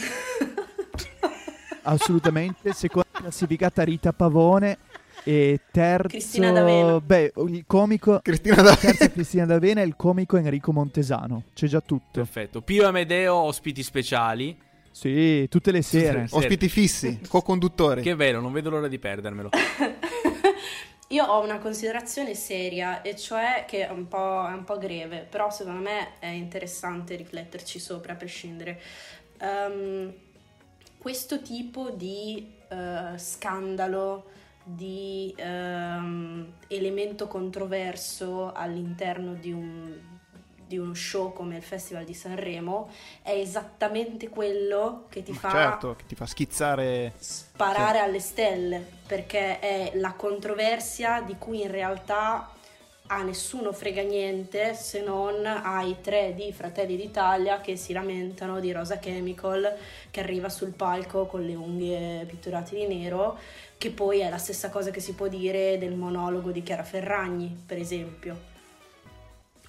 Assolutamente. Seconda classificata Rita Pavone. E terzo, Cristina D'Avena. Beh, il comico Cristina D'Avena. Terza Cristina D'Avena e il comico Enrico Montesano. C'è già tutto. Perfetto. Pio Amedeo, ospiti speciali. Sì, tutte le sere. Tutte le Ospiti fissi, co-conduttori. Che bello, non vedo l'ora di perdermelo. Io ho una considerazione seria, e cioè che è un po', è un po' greve, però secondo me è interessante rifletterci sopra a prescindere. Um, questo tipo di uh, scandalo, di um, elemento controverso all'interno di un, di uno show come il Festival di Sanremo è esattamente quello che ti Ma fa certo, che ti fa schizzare, sparare sì. alle stelle, perché è la controversia di cui in realtà a nessuno frega niente, se non ai tre di Fratelli d'Italia che si lamentano di Rosa Chemical che arriva sul palco con le unghie pitturate di nero, che poi è la stessa cosa che si può dire del monologo di Chiara Ferragni, per esempio.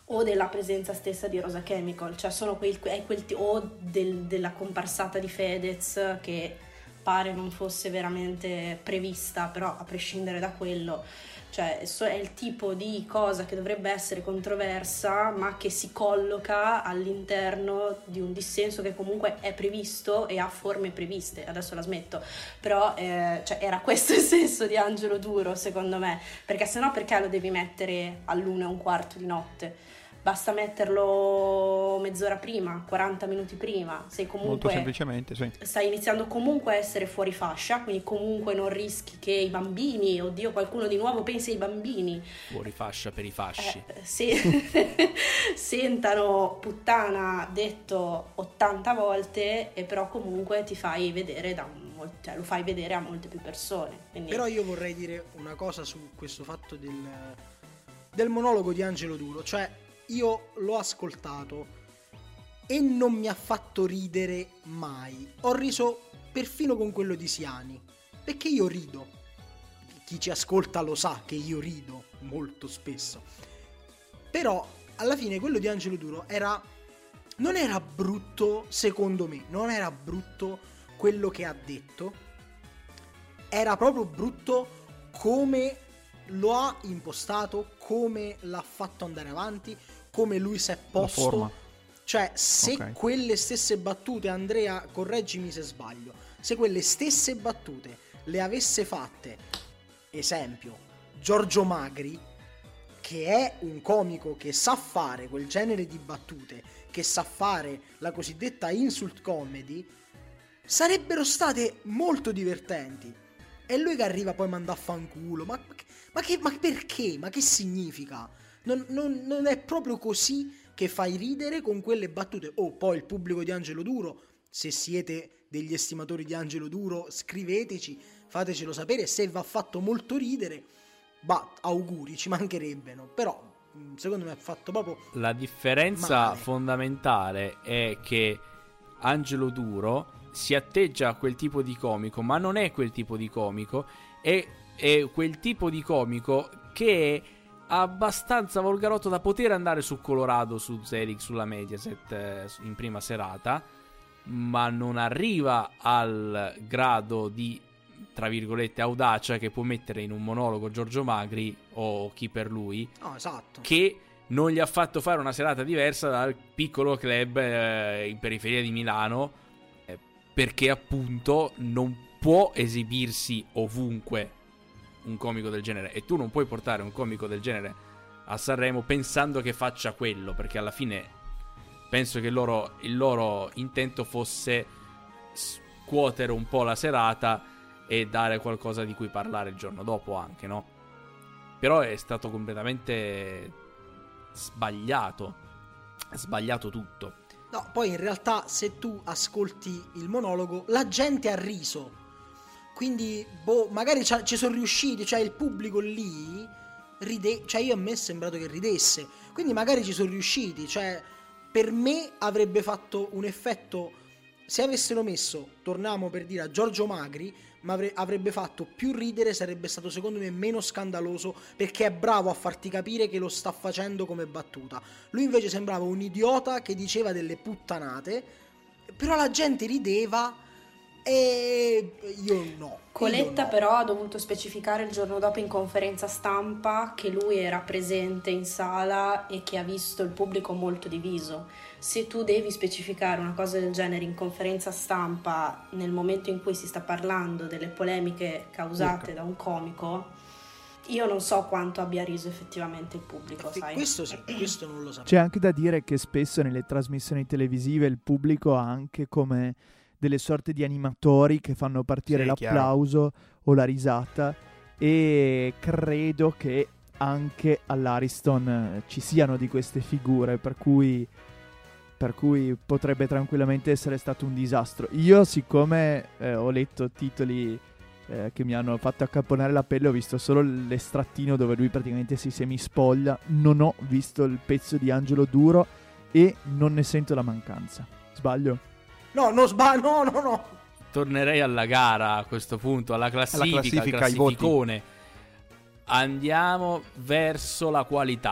o della presenza stessa di Rosa Chemical, cioè sono quei, è quel, o del, della comparsata di Fedez che pare non fosse veramente prevista, però a prescindere da quello, cioè è il tipo di cosa che dovrebbe essere controversa ma che si colloca all'interno di un dissenso che comunque è previsto e ha forme previste. Adesso la smetto, però eh, cioè era questo il senso di Angelo Duro secondo me, perché sennò perché lo devi mettere all'una e un quarto di notte? Basta metterlo mezz'ora prima, quaranta minuti prima, sei comunque molto semplicemente, sì. Stai iniziando comunque a essere fuori fascia, quindi comunque non rischi che i bambini, oddio qualcuno di nuovo pensi ai bambini, fuori fascia per i fasci, eh, se, sentano puttana detto ottanta volte e però comunque ti fai vedere da un, cioè lo fai vedere a molte più persone. Quindi... Però io vorrei dire una cosa su questo fatto del, del monologo di Angelo Duro, cioè io l'ho ascoltato e non mi ha fatto ridere mai. Ho riso perfino con quello di Siani, perché io rido. Chi ci ascolta lo sa che io rido molto spesso. Però alla fine quello di Angelo Duro era non era brutto, secondo me, non era brutto quello che ha detto. Era proprio brutto come lo ha impostato, come l'ha fatto andare avanti, come lui si è posto. Cioè, se okay. quelle stesse battute, Andrea, correggimi se sbaglio, se quelle stesse battute le avesse fatte, esempio, Giorgio Magri, che è un comico che sa fare quel genere di battute, che sa fare la cosiddetta insult comedy, sarebbero state molto divertenti. E lui che arriva poi manda a fanculo, ma, ma, che, ma perché? Ma che significa? Non, non, non è proprio così che fai ridere con quelle battute. Oh, poi il pubblico di Angelo Duro, se siete degli estimatori di Angelo Duro, scriveteci, fatecelo sapere. Se va fatto molto ridere, bah, auguri, ci mancherebbero. Però secondo me ha fatto proprio la differenza male. Fondamentale è che Angelo Duro si atteggia a quel tipo di comico, ma non è quel tipo di comico, è, è quel tipo di comico che è abbastanza volgarotto da poter andare su Colorado, su Zelig, sulla Mediaset eh, in prima serata, ma non arriva al grado di, tra virgolette, audacia che può mettere in un monologo Giorgio Magri o chi per lui, oh, esatto. che non gli ha fatto fare una serata diversa dal piccolo club eh, in periferia di Milano, eh, perché appunto non può esibirsi ovunque un comico del genere, e tu non puoi portare un comico del genere a Sanremo pensando che faccia quello, perché alla fine penso che il loro, il loro intento fosse scuotere un po' la serata e dare qualcosa di cui parlare il giorno dopo anche, no? Però è stato completamente sbagliato, sbagliato tutto. No, poi in realtà se tu ascolti il monologo la gente ha riso, quindi boh, magari ci sono riusciti, cioè il pubblico lì ride, cioè io a me è sembrato che ridesse, quindi magari ci sono riusciti, cioè per me avrebbe fatto un effetto, se avessero messo, torniamo per dire a Giorgio Magri, ma avre, avrebbe fatto più ridere, sarebbe stato secondo me meno scandaloso, perché è bravo a farti capire che lo sta facendo come battuta. Lui invece sembrava un idiota che diceva delle puttanate, però la gente rideva e io no. Coletta io no. Però ha dovuto specificare il giorno dopo in conferenza stampa che lui era presente in sala e che ha visto il pubblico molto diviso. Se tu devi specificare una cosa del genere in conferenza stampa nel momento in cui si sta parlando delle polemiche causate da un comico, io non so quanto abbia riso effettivamente il pubblico, sai? Questo sì, questo non lo sapevo. C'è anche da dire che spesso nelle trasmissioni televisive il pubblico ha anche come delle sorte di animatori che fanno partire sì, l'applauso chiaro. o la risata, e credo che anche all'Ariston ci siano di queste figure, per cui per cui potrebbe tranquillamente essere stato un disastro. Io, siccome eh, ho letto titoli eh, che mi hanno fatto accapponare la pelle, ho visto solo l'estrattino dove lui praticamente si semispoglia, non ho visto il pezzo di Angelo Duro e non ne sento la mancanza. Sbaglio? No, non sbaglio, no, no, no. Tornerei alla gara a questo punto, alla classifica, alla classifica al classificone. Andiamo verso la qualità.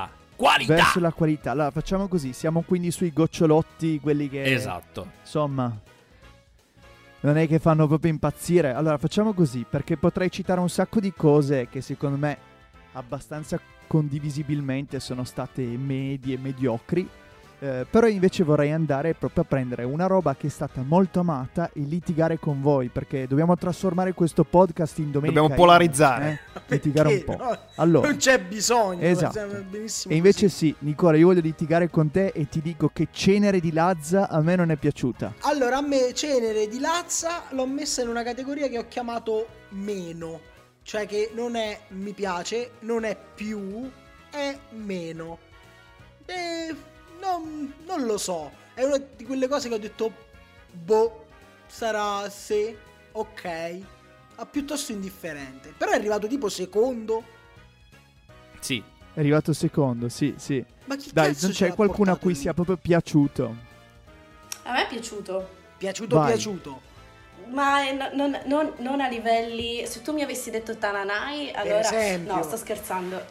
qualità. Verso la qualità. Allora facciamo così, siamo quindi sui gocciolotti, quelli che... Esatto. Insomma, non è che fanno proprio impazzire. Allora facciamo così, perché potrei citare un sacco di cose che secondo me abbastanza condivisibilmente sono state medie, mediocri. Eh, però invece vorrei andare proprio a prendere una roba che è stata molto amata e litigare con voi, perché dobbiamo trasformare questo podcast in domenica. Dobbiamo polarizzare. Eh? Litigare un po'. No, Allora, non c'è bisogno. esatto. Benissimo e invece così. sì, Nicola, io voglio litigare con te e ti dico che Cenere di Lazza a me non è piaciuta. Allora, a me Cenere di Lazza l'ho messa in una categoria che ho chiamato meno. Cioè che non è mi piace, non è più, è meno. E non, non lo so. È una di quelle cose che ho detto, boh, sarà se, ok. Ah, piuttosto indifferente. Però è arrivato tipo secondo. Sì. È arrivato secondo, sì, sì. Ma chi Dai, cazzo non ce c'è l'ha qualcuno a portato cui lì? sia proprio piaciuto? A me è piaciuto. Piaciuto, Vai. piaciuto. Ma no- non, non- non a livelli. Se tu mi avessi detto Tananai, allora. esempio. No, sto scherzando.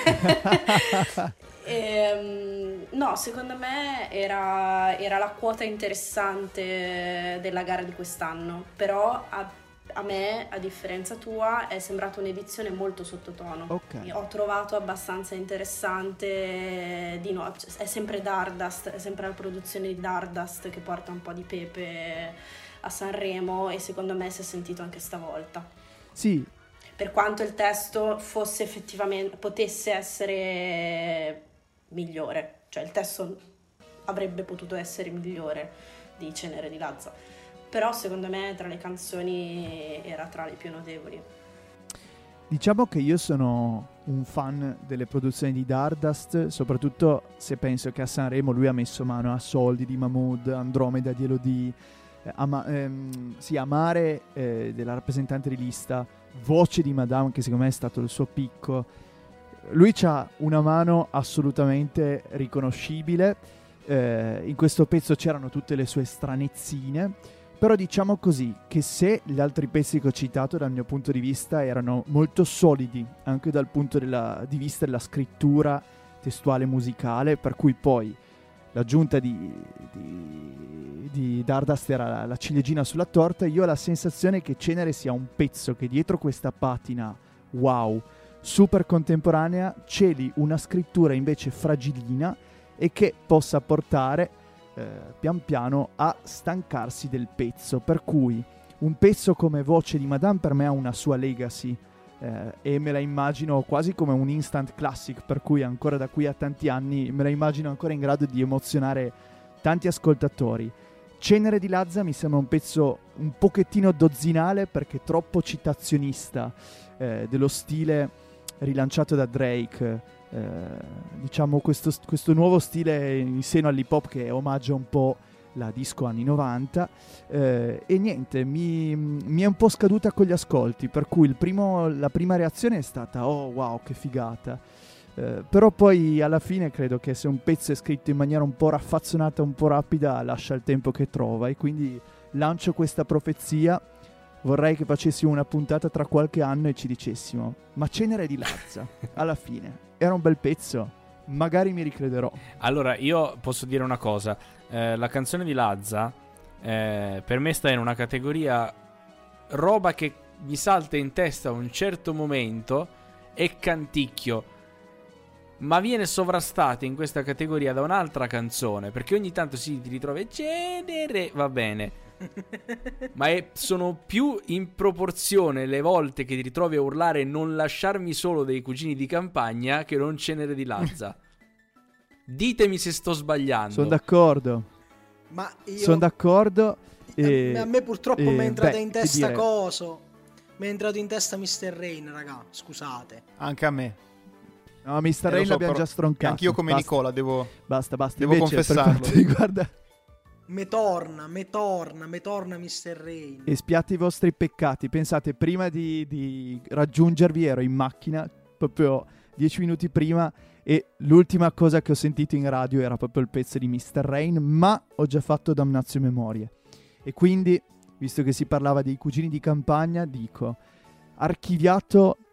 Ehm, no, secondo me era, era la quota interessante della gara di quest'anno. Però a, a me, a differenza tua, è sembrata un'edizione molto sottotono. Ok. Ho trovato abbastanza interessante di no, è sempre Dardust, è sempre la produzione di Dardust che porta un po' di pepe a Sanremo, e secondo me si è sentito anche stavolta. Sì, Per quanto il testo fosse effettivamente potesse essere migliore, cioè il testo avrebbe potuto essere migliore di Cenere di Lazza, però secondo me tra le canzoni era tra le più notevoli. diciamo che io sono un fan delle produzioni di Dardust, soprattutto se penso che a Sanremo lui ha messo mano a Soldi di Mahmood, Andromeda di Elodie, eh, ama- ehm, sì, Amare eh, della rappresentante di lista, Voce di Madame, che secondo me è stato il suo picco. Lui c'ha una mano assolutamente riconoscibile. Eh, in questo pezzo c'erano tutte le sue stranezzine, però diciamo così che se gli altri pezzi che ho citato dal mio punto di vista erano molto solidi anche dal punto della- di vista della scrittura testuale musicale, per cui poi l'aggiunta di, di, di Dardust era la, la ciliegina sulla torta, io ho la sensazione che Cenere sia un pezzo che dietro questa patina wow super contemporanea celi una scrittura invece fragilina e che possa portare eh, pian piano a stancarsi del pezzo, per cui un pezzo come Voce di Madame per me ha una sua legacy eh, e me la immagino quasi come un instant classic, per cui ancora da qui a tanti anni me la immagino ancora in grado di emozionare tanti ascoltatori. Cenere di Lazza mi sembra un pezzo un pochettino dozzinale perché troppo citazionista eh, dello stile rilanciato da Drake, eh, diciamo questo, questo nuovo stile in seno all'hip hop che omaggia un po' la disco anni novanta, eh, e niente, mi, mi è un po' scaduta con gli ascolti, per cui il primo, la prima reazione è stata oh wow che figata, eh, però poi alla fine credo che se un pezzo è scritto in maniera un po' raffazzonata, un po' rapida, lascia il tempo che trova, e quindi lancio questa profezia. Vorrei che facessimo una puntata tra qualche anno e ci dicessimo ma Cenere di Lazza alla fine era un bel pezzo, magari mi ricrederò. Allora, io posso dire una cosa. Eh, la canzone di Lazza eh, per me sta in una categoria roba che mi salta in testa a un certo momento e canticchio, ma viene sovrastata in questa categoria da un'altra canzone, perché ogni tanto si ti ritrovi Cenere, va bene, ma è, sono più in proporzione le volte che ti ritrovi a urlare non lasciarmi solo dei Cugini di Campagna che non Cenere di Lazza. Ditemi se sto sbagliando. Sono d'accordo, Ma io sono d'accordo. E, a me purtroppo e, mi è entrata beh, in che testa dire, coso. Mi è entrato in testa mister Rain, raga, scusate. Anche a me. No, mister Eh, lo Rain so, l'abbiamo però già stroncato. Anch'io come basta, Nicola devo... Basta, basta. devo Invece, per confessarlo. quanto riguarda Me torna, me torna, me torna mister Rain. espiate i vostri peccati, pensate, prima di, di raggiungervi ero in macchina proprio dieci minuti prima e l'ultima cosa che ho sentito in radio era proprio il pezzo di mister Rain, ma ho già fatto Damnatio Memorie e quindi, visto che si parlava dei Cugini di Campagna, dico archiviato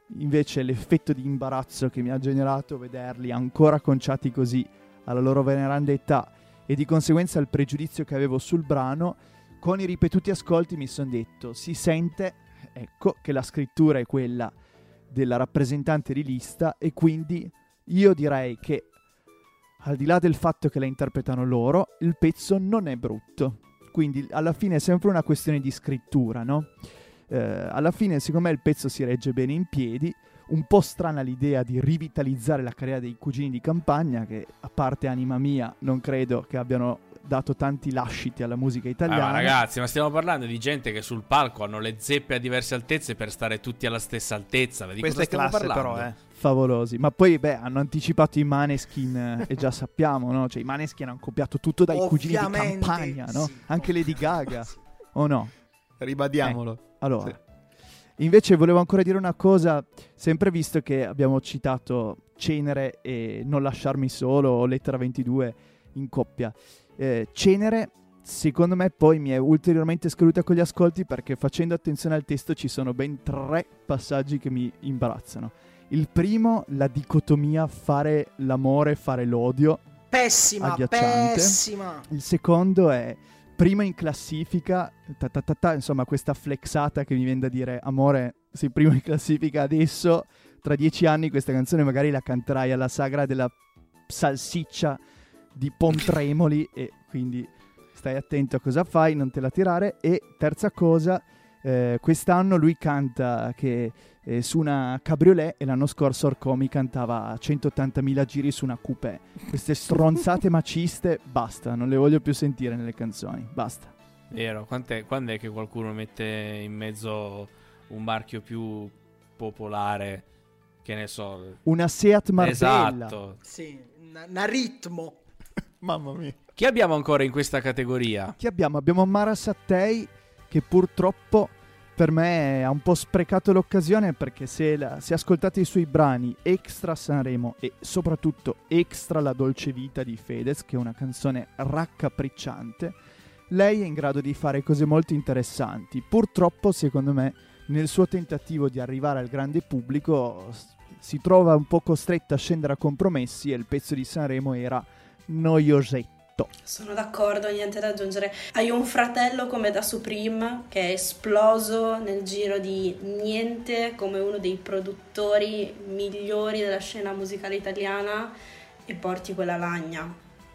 invece l'effetto di imbarazzo che mi ha generato vederli ancora conciati così alla loro veneranda età, e di conseguenza il pregiudizio che avevo sul brano, con i ripetuti ascolti mi sono detto, si sente, ecco, che la scrittura è quella della rappresentante di lista, e quindi io direi che, al di là del fatto che la interpretano loro, il pezzo non è brutto. Quindi alla fine è sempre una questione di scrittura, no? Eh, alla fine secondo me il pezzo si regge bene in piedi. Un po' strana l'idea di rivitalizzare la carriera dei Cugini di Campagna, che a parte Anima Mia non credo che abbiano dato tanti lasciti alla musica italiana. Ah, ma ragazzi, ma stiamo parlando di gente che sul palco hanno le zeppe a diverse altezze per stare tutti alla stessa altezza. Di Questa cosa è stiamo classe parlando? però, eh. Favolosi. Ma poi, beh, hanno anticipato i Maneskin, eh, e già sappiamo, no? Cioè, i Maneskin hanno copiato tutto dai Cugini di Ovviamente, Campagna, no? sì, Anche Lady ovviamente, Gaga, sì. o no? Ribadiamolo. Eh, allora, Sì. invece volevo ancora dire una cosa, sempre visto che abbiamo citato Cenere e Non lasciarmi solo, o Lettera ventidue in coppia. Eh, Cenere, secondo me, poi mi è ulteriormente scaduta con gli ascolti, perché facendo attenzione al testo ci sono ben tre passaggi che mi imbarazzano. Il primo, la dicotomia fare l'amore, fare l'odio, Pessima, agghiacciante. pessima. Il secondo è prima in classifica, ta ta ta ta, insomma questa flexata che mi viene da dire, amore, sei primo in classifica adesso, tra dieci anni questa canzone magari la canterai alla sagra della salsiccia di Pontremoli, e quindi stai attento a cosa fai, non te la tirare. E terza cosa, eh, quest'anno lui canta che eh, su una cabriolet, e l'anno scorso Orcomi cantava a centottantamila giri su una coupé. Queste stronzate maciste, basta, non le voglio più sentire nelle canzoni, basta. Vero, quant'è, quando è che qualcuno mette in mezzo un marchio più popolare, che ne so, Una Seat Marbella. esatto. Sì, una ritmo. Mamma mia. Chi abbiamo ancora in questa categoria? Chi abbiamo? Abbiamo Mara Sattei, che purtroppo per me ha un po' sprecato l'occasione, perché se, la, se ascoltate i suoi brani extra Sanremo e soprattutto extra La Dolce Vita di Fedez, che è una canzone raccapricciante, lei è in grado di fare cose molto interessanti. Purtroppo, secondo me, nel suo tentativo di arrivare al grande pubblico s- si trova un po' costretta a scendere a compromessi, e il pezzo di Sanremo era noiosetto. Sono d'accordo, niente da aggiungere. Hai un fratello come Da Supreme che è esploso nel giro di niente come uno dei produttori migliori della scena musicale italiana, e porti quella lagna.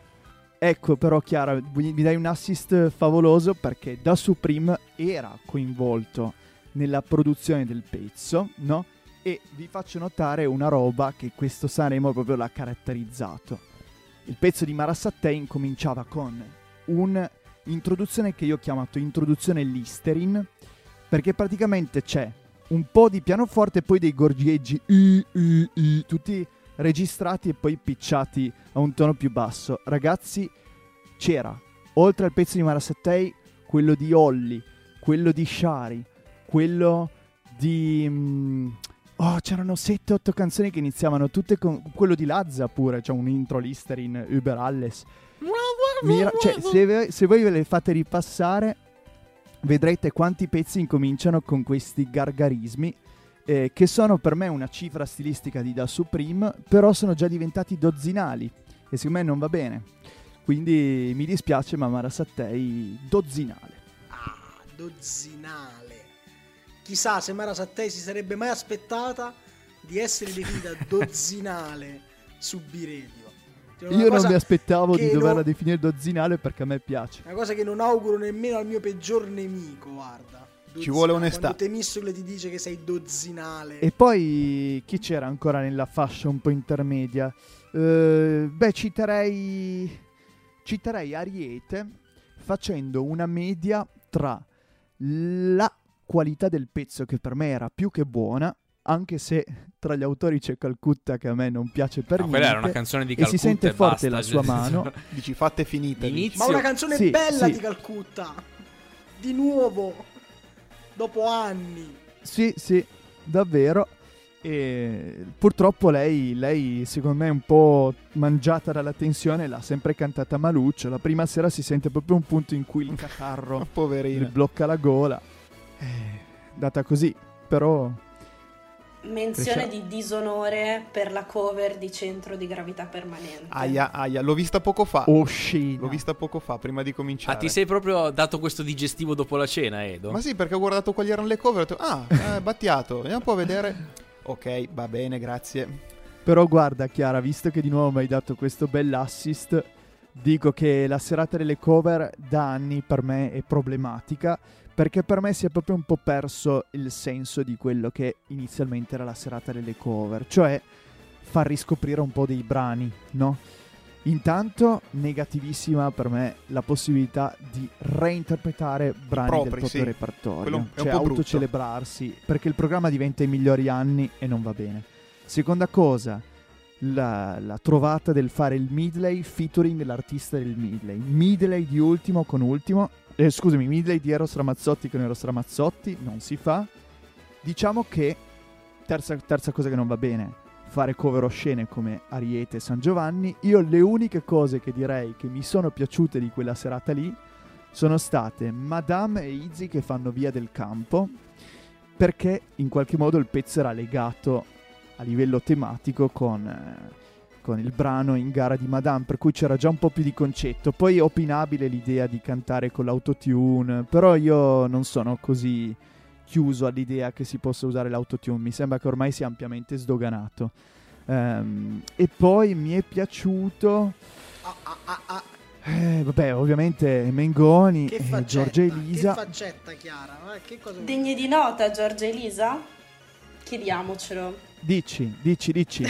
Ecco, però Chiara, mi mi dai un assist favoloso, perché Da Supreme era coinvolto nella produzione del pezzo, no? E vi faccio notare una roba che questo Sanremo proprio l'ha caratterizzato. Il pezzo di Mara Sattei incominciava con un'introduzione che io ho chiamato introduzione Listerin, perché praticamente c'è un po' di pianoforte e poi dei gorgheggi i, i, i, tutti registrati e poi pitchati a un tono più basso. Ragazzi, c'era, oltre al pezzo di Mara Sattei, quello di Olli, quello di Shari, quello di... Mm, oh, c'erano sette otto canzoni che iniziavano tutte con quello di Lazza pure, c'è un intro Listerin, Uber Alles. Mira, cioè, se, ve- se voi ve le fate ripassare, vedrete quanti pezzi incominciano con questi gargarismi, eh, che sono per me una cifra stilistica di Da Supreme, però sono già diventati dozzinali, e secondo me non va bene. Quindi mi dispiace, ma Mara Sattei dozzinale. Ah, dozzinale. Chissà se Mara Sattei si sarebbe mai aspettata di essere definita dozzinale su B-Radio. Cioè, una Io non cosa mi aspettavo che di doverla non- definire dozzinale, perché a me piace. Una cosa che non auguro nemmeno al mio peggior nemico, guarda. Ci vuole onestà. Quando Temistocle ti dice che sei dozzinale. E poi chi c'era ancora nella fascia un po' intermedia? Eh, beh, citerei citerei Ariete, facendo una media tra la qualità del pezzo, che per me era più che buona, anche se tra gli autori c'è Calcutta, che a me non piace per No, niente. quella era una canzone di e Calcutta si sente e forte basta, la sua cioè, mano. Dici fatte finite. dici. Inizio- Ma una canzone Sì, bella sì. di Calcutta. Di nuovo. Dopo anni. Sì, sì, davvero. E purtroppo lei, lei, secondo me, è un po' mangiata dalla tensione, l'ha sempre cantata maluccio. La prima sera si sente proprio un punto in cui il catarro le Poverina. blocca la gola. Eh, data così, però menzione Crescerà. di disonore per la cover di Centro di Gravità Permanente. Aia, aia, l'ho vista poco fa. Oscena. L'ho vista poco fa, prima di cominciare. Ah, ti sei proprio dato questo digestivo dopo la cena, Edo? Ma sì, perché ho guardato quali erano le cover e ho detto, ah, eh, Battiato, andiamo un po' a vedere. Ok, va bene, grazie. Però guarda Chiara, visto che di nuovo mi hai dato questo bell'assist, dico che la serata delle cover da anni per me è problematica, perché per me si è proprio un po' perso il senso di quello che inizialmente era la serata delle cover, cioè far riscoprire un po' dei brani, no? Intanto negativissima per me la possibilità di reinterpretare brani Propri, del proprio sì. repertorio, Quello è un cioè po' brutto. autocelebrarsi, perché il programma diventa i migliori anni e non va bene. Seconda cosa, la, la trovata del fare il medley featuring l'artista del medley, medley di Ultimo con Ultimo, eh, scusami, medley di Eros Ramazzotti con Eros Ramazzotti, non si fa. Diciamo che, terza, terza cosa che non va bene, fare cover oscene come Ariete e San Giovanni. Io le uniche cose che direi che mi sono piaciute di quella serata lì sono state Madame e Izzy che fanno Via del Campo, perché in qualche modo il pezzo era legato a livello tematico con, eh, con il brano In gara di Madame, per cui c'era già un po' più di concetto. Poi è opinabile l'idea di cantare con l'autotune, però io non sono così chiuso all'idea che si possa usare l'autotune, mi sembra che ormai sia ampiamente sdoganato. Um, e poi mi è piaciuto Ah, ah, ah, ah. eh, vabbè, ovviamente Mengoni, Che eh, faccetta, Giorgia Elisa. Che faccetta, Chiara. Ma che cosa vuoi? Degni di nota, Giorgia Elisa? Chiediamocelo. Dici, dici, dici.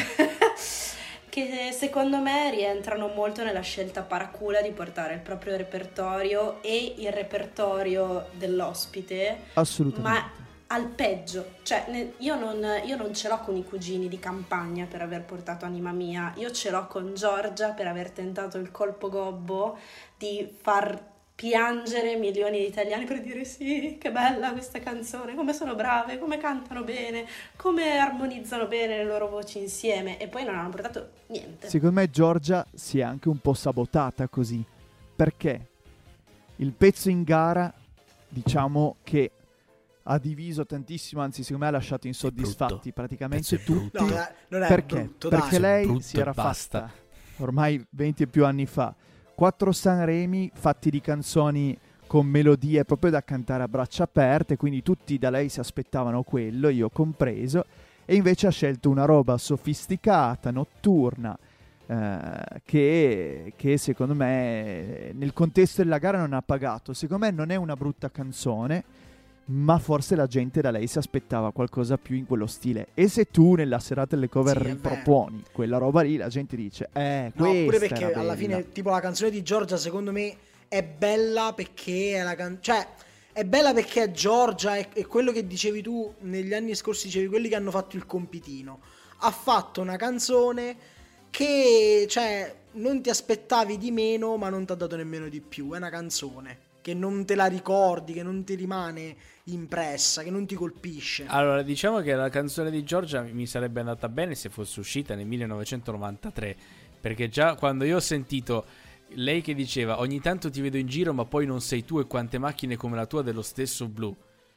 Che secondo me rientrano molto nella scelta paracula di portare il proprio repertorio e il repertorio dell'ospite, Assolutamente. ma al peggio. Cioè, ne- io non, io non ce l'ho con i cugini di campagna per aver portato Anima Mia, io ce l'ho con Giorgia per aver tentato il colpo gobbo di far piangere milioni di italiani per dire sì, che bella questa canzone, come sono brave, come cantano bene, come armonizzano bene le loro voci insieme, e poi non hanno portato niente. Secondo me Giorgia si è anche un po' sabotata così, perché il pezzo in gara, diciamo che ha diviso tantissimo, anzi secondo me ha lasciato insoddisfatti brutto. praticamente Pezzo è tutti. No, dai, non è Perché? brutto, dai. Perché lei brutto si era e basta. fatta ormai venti e più anni fa quattro Sanremi fatti di canzoni con melodie proprio da cantare a braccia aperte, quindi tutti da lei si aspettavano quello, io compreso, e invece ha scelto una roba sofisticata, notturna, eh, che, che secondo me nel contesto della gara non ha pagato. Secondo me non è una brutta canzone, ma forse la gente da lei si aspettava qualcosa più in quello stile. E se tu nella serata delle cover Sì, è riproponi quella roba lì, la gente dice eh, No, questa pure perché era alla bella. fine, tipo, la canzone di Giorgia, secondo me, è bella perché è la can- cioè, è bella perché è Giorgia, è, è quello che dicevi tu negli anni scorsi, dicevi quelli che hanno fatto il compitino. Ha fatto una canzone che, cioè, non ti aspettavi di meno, ma non ti ha dato nemmeno di più. È una canzone che non te la ricordi, che non ti rimane impressa, che non ti colpisce. Allora, diciamo che la canzone di Giorgia mi sarebbe andata bene se fosse uscita nel millenovecentonovantatré, perché già quando io ho sentito lei che diceva ogni tanto ti vedo in giro ma poi non sei tu e quante macchine come la tua dello stesso blu,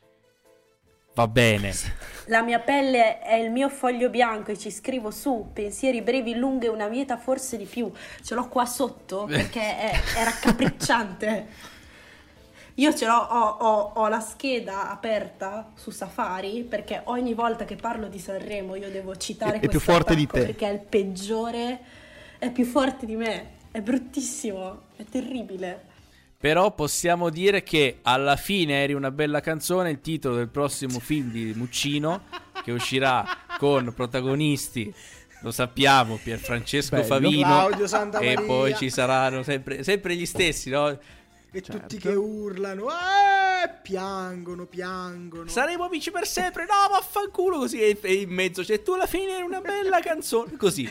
va bene. La mia pelle è il mio foglio bianco e ci scrivo su pensieri brevi, lunghe, una vita forse di più. Ce l'ho qua sotto perché è, è raccapricciante. Io ce l'ho, ho, ho, ho la scheda aperta su Safari perché ogni volta che parlo di Sanremo io devo citare È- è più questo forte di attacco te. perché è il peggiore, è più forte di me, è bruttissimo, è terribile. Però possiamo dire che alla fine eri una bella canzone, il titolo del prossimo film di Muccino che uscirà con protagonisti, lo sappiamo, Pierfrancesco Bello. Favino, Claudio Santamaria. e poi ci saranno sempre, sempre gli stessi, no? E Certo. tutti che urlano, eh, piangono, piangono. Saremo amici per sempre, no, vaffanculo, così, e, e in mezzo c'è tu alla fine eri una bella canzone, così.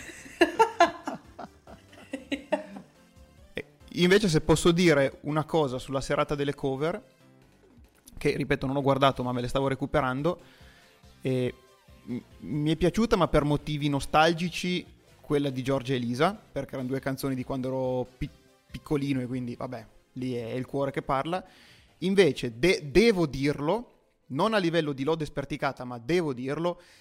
Invece, se posso dire una cosa sulla serata delle cover, che ripeto non ho guardato ma me le stavo recuperando, e m- mi è piaciuta ma per motivi nostalgici quella di Giorgia Elisa, perché erano due canzoni di quando ero pi- piccolino e quindi vabbè, lì è il cuore che parla. Invece de- devo dirlo, non a livello di lode sperticata, ma devo dirlo,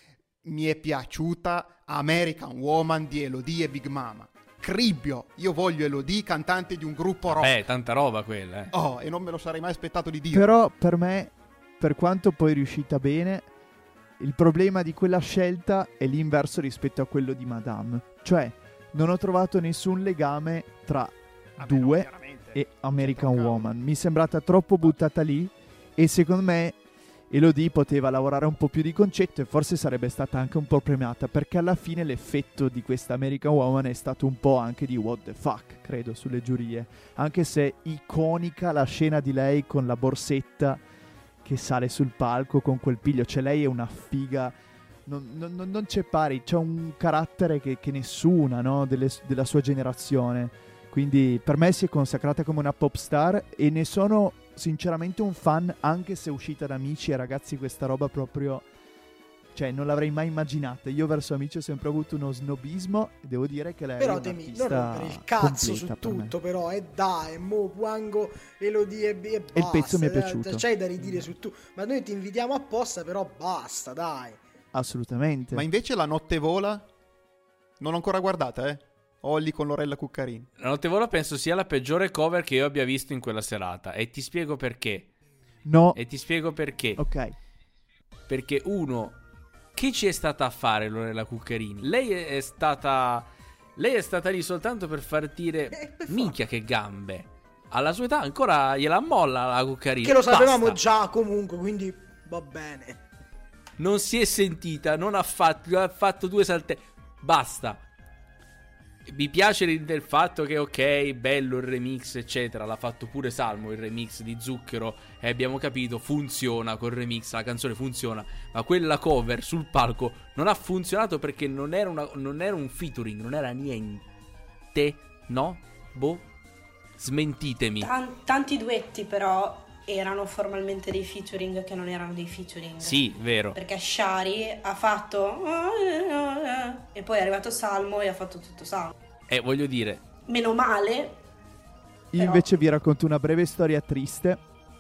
mi è piaciuta American Woman di Elodie e Big Mama. Cribbio, io voglio Elodie cantante di un gruppo rock. Eh, tanta roba quella, eh. Oh, e non me lo sarei mai aspettato di dire. Però per me, per quanto poi è riuscita bene, il problema di quella scelta è l'inverso rispetto a quello di Madame. Cioè, non ho trovato nessun legame tra Vabbè, no, due chiaramente. e American C'entra un Woman. Mi è sembrata troppo buttata lì e secondo me Elodie poteva lavorare un po' più di concetto e forse sarebbe stata anche un po' premiata, perché alla fine l'effetto di questa American Woman è stato un po' anche di what the fuck, credo, sulle giurie. Anche se iconica la scena di lei con la borsetta che sale sul palco con quel piglio, cioè lei è una figa, non, non, non- non c'è pari, c'ha un carattere che, che nessuna, no? Delle- della sua generazione. Quindi per me si è consacrata come una pop star e ne sono sinceramente un fan, anche se è uscita da Amici e ragazzi questa roba proprio, cioè non l'avrei mai immaginata. Io verso Amici ho sempre avuto uno snobismo e devo dire che lei Però è Temi, non un'artista rompere il cazzo su completa per me. tutto, però, e dai, mo Puango Elodie e, e basta. il pezzo mi è eh, piaciuto. C'hai da ridire su tu, ma noi ti invitiamo apposta, però basta, dai. Assolutamente. Ma invece La notte vola non l'ho ancora guardata, eh. Olli con Lorella Cuccarini. La notte vola penso sia la peggiore cover che io abbia visto in quella serata. E ti spiego perché. No, E ti spiego perché. ok. Perché uno, che ci è stata a fare Lorella Cuccarini? Lei è stata Lei è stata lì soltanto per far dire Eh, per minchia che gambe. Alla sua età ancora gliela molla la Cuccarini. Che lo sapevamo Basta. già comunque, quindi va bene. Non si è sentita, non ha fatto, ha fatto due salte. Basta. Mi piace il del fatto che ok, bello il remix eccetera, l'ha fatto pure Salmo il remix di Zucchero e abbiamo capito, funziona col remix, la canzone funziona, ma quella cover sul palco non ha funzionato perché non era, una, non era un featuring, non era niente, no? Boh, smentitemi. Tan- tanti duetti però erano formalmente dei featuring che non erano dei featuring. Sì, vero. Perché Shari ha fatto e poi è arrivato Salmo e ha fatto tutto Salmo. E voglio dire, Meno male. Io Però- invece vi racconto una breve storia triste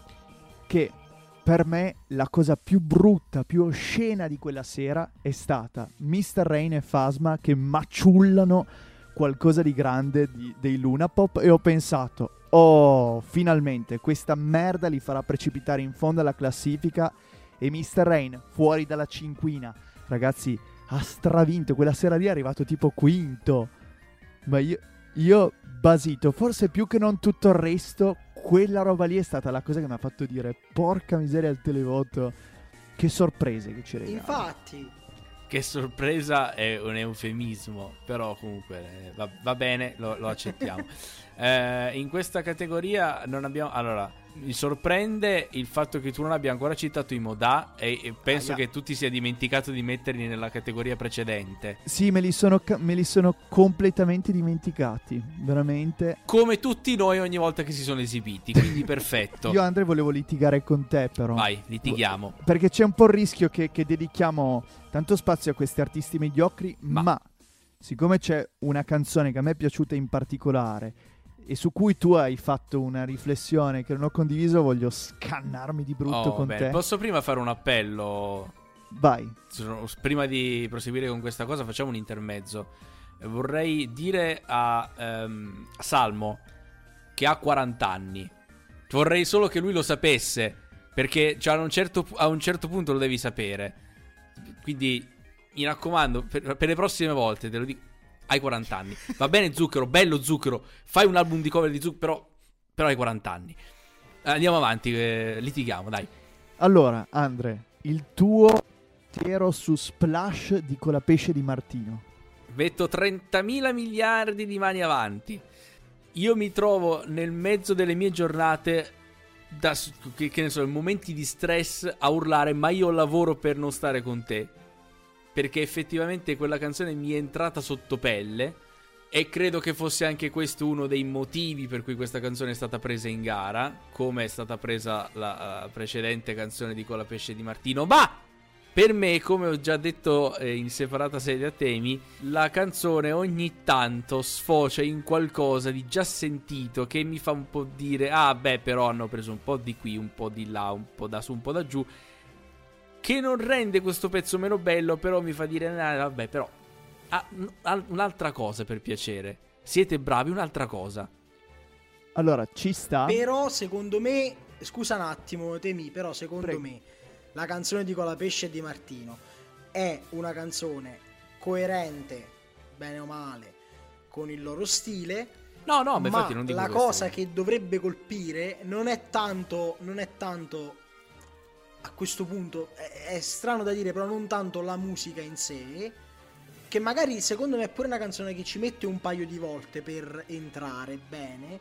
che per me la cosa più brutta, più oscena di quella sera è stata mister Rain e Phasma che maciullano qualcosa di grande di- dei Luna Pop e ho pensato oh, finalmente questa merda li farà precipitare in fondo alla classifica e mister Rain fuori dalla cinquina. Ragazzi, ha stravinto, quella sera lì è arrivato tipo quinto. Ma io, io basito, forse più che non tutto il resto, quella roba lì è stata la cosa che mi ha fatto dire porca miseria il televoto, che sorprese che ci regalano. Infatti, che sorpresa è un eufemismo, però comunque eh, va, va bene, lo, lo accettiamo. Eh, in questa categoria non abbiamo... Allora, mi sorprende il fatto che tu non abbia ancora citato i Modà e, e penso Aia. che tu ti sia dimenticato di metterli nella categoria precedente. Sì, me li sono, ca- me li sono completamente dimenticati, veramente. Come tutti noi ogni volta che si sono esibiti, quindi perfetto. Io Andre volevo litigare con te però. Vai, litighiamo. Perché c'è un po' il rischio che, che dedichiamo tanto spazio a questi artisti mediocri, Ma- ma. siccome c'è una canzone che a me è piaciuta in particolare e su cui tu hai fatto una riflessione che non ho condiviso, voglio scannarmi di brutto Oh, con bene. te. Posso prima fare un appello? Vai. Prima di proseguire con questa cosa facciamo un intermezzo. Vorrei dire a, ehm, a Salmo che ha quaranta anni. Vorrei solo che lui lo sapesse, perché cioè, a, un certo, pu- a un certo punto lo devi sapere. Quindi mi raccomando, per, per le prossime volte te lo dico, hai quaranta anni. Va bene Zucchero, bello Zucchero, fai un album di cover di Zucchero, però, però hai quaranta anni. Andiamo avanti, eh, litighiamo, dai. Allora, Andre, il tuo tiro su Splash di Colapesce di Martino. Metto trentamila miliardi di mani avanti. Io mi trovo nel mezzo delle mie giornate, da, che, che ne so, in momenti di stress a urlare ma io lavoro per non stare con te. Perché effettivamente quella canzone mi è entrata sotto pelle e credo che fosse anche questo uno dei motivi per cui questa canzone è stata presa in gara, come è stata presa la uh, precedente canzone di Colapesce di Martino. Ma per me, come ho già detto eh, in separata sede a Temi, la canzone ogni tanto sfocia in qualcosa di già sentito che mi fa un po' dire ah beh, però hanno preso un po' di qui, un po' di là, un po' da su, un po' da giù. che non rende questo pezzo meno bello, però mi fa dire, nah, vabbè, però ah, n- un'altra cosa, per piacere, siete bravi, un'altra cosa. Allora, ci sta. Però secondo me, scusa un attimo Temi, però secondo Prego. me la canzone di Colapesce e Di Martino è una canzone coerente, bene o male, con il loro stile. No, no, ma ma infatti non dico la questo. cosa che dovrebbe colpire non è tanto, non è tanto a questo punto, è, è strano da dire, però non tanto la musica in sé, che magari secondo me è pure una canzone che ci mette un paio di volte per entrare bene,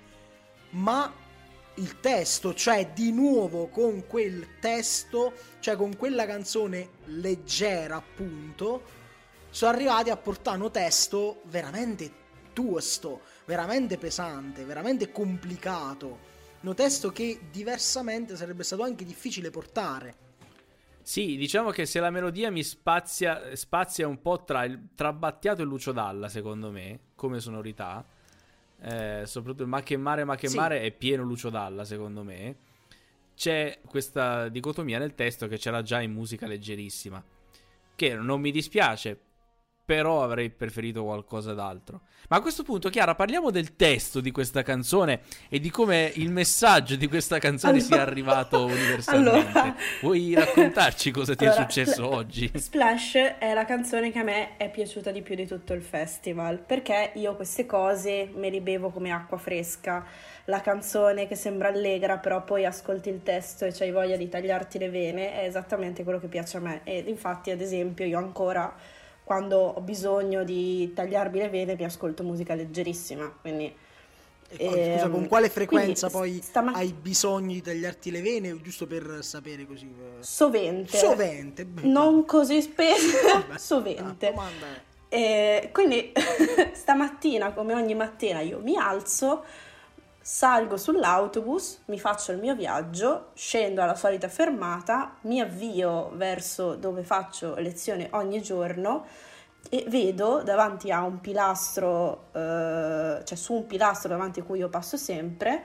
ma il testo, cioè di nuovo con quel testo, cioè con quella canzone leggera appunto, sono arrivati a portare un testo veramente tosto, veramente pesante, veramente complicato, un testo che diversamente sarebbe stato anche difficile portare. Sì, diciamo che se la melodia mi spazia, spazia un po' tra, il, tra Battiato e Lucio Dalla, secondo me, come sonorità, eh, soprattutto il Ma che mare, ma che Sì. mare è pieno Lucio Dalla, secondo me, c'è questa dicotomia nel testo che c'era già in Musica leggerissima, che non mi dispiace, però avrei preferito qualcosa d'altro. Ma a questo punto, Chiara, parliamo del testo di questa canzone e di come il messaggio di questa canzone Allora- sia arrivato universalmente. Allora- Vuoi raccontarci cosa ti Allora, è successo Spl- oggi? Splash è la canzone che a me è piaciuta di più di tutto il festival, perché io queste cose me li bevo come acqua fresca. La canzone che sembra allegra, però poi ascolti il testo e c'hai voglia di tagliarti le vene, è esattamente quello che piace a me. Ed infatti, ad esempio, io ancora, quando ho bisogno di tagliarmi le vene, mi ascolto musica leggerissima, quindi... E poi, scusa, Ehm, con quale frequenza quindi poi stama- hai bisogno di tagliarti le vene, giusto per sapere così? eh. Sovente. Sovente. beh, Non così spesso, vabbè. sovente. Ah, domanda è- E quindi stamattina, come ogni mattina, io mi alzo, salgo sull'autobus, mi faccio il mio viaggio, scendo alla solita fermata, mi avvio verso dove faccio lezione ogni giorno e vedo davanti a un pilastro, eh, cioè su un pilastro davanti a cui io passo sempre,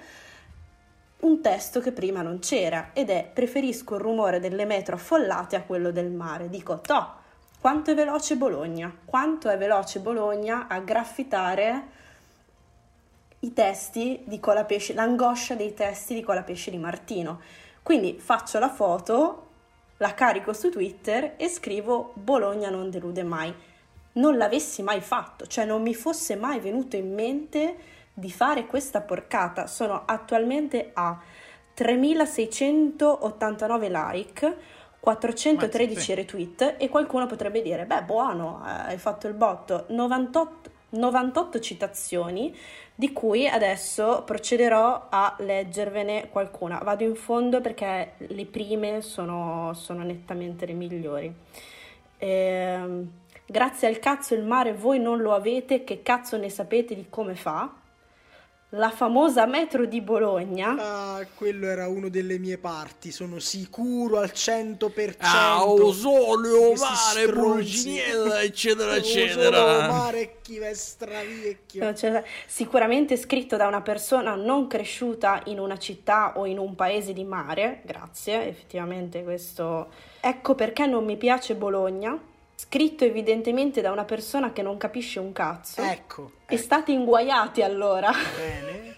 un testo che prima non c'era, ed è: preferisco il rumore delle metro affollate a quello del mare. Dico, toh, quanto è veloce Bologna, quanto è veloce Bologna a graffitare i testi di Colapesce, l'angoscia dei testi di Colapesce Di Martino. Quindi faccio la foto, la carico su Twitter e scrivo: Bologna non delude mai. Non l'avessi mai fatto, cioè non mi fosse mai venuto in mente di fare questa porcata. Sono attualmente a tremilaseicentottantanove like, quattrocentotredici Mazza, sì. retweet, e qualcuno potrebbe dire: beh, buono, eh, hai fatto il botto. novantotto, novantotto citazioni, di cui adesso procederò a leggervene qualcuna. Vado in fondo perché le prime sono, sono nettamente le migliori. Ehm, grazie al cazzo il mare voi non lo avete, che cazzo ne sapete di come fa? La famosa metro di Bologna. Ah, quello era uno delle mie parti, sono sicuro al cento per cento. Ah, Osolio, Questi mare, stronzi. Pulcinella, eccetera, Osolio, eccetera. mare, chi è stravecchio. Cioè, sicuramente scritto da una persona non cresciuta in una città o in un paese di mare. Grazie, effettivamente questo. Ecco perché non mi piace Bologna. Scritto evidentemente da una persona che non capisce un cazzo. Ecco, E ecco, state inguaiati allora. bene.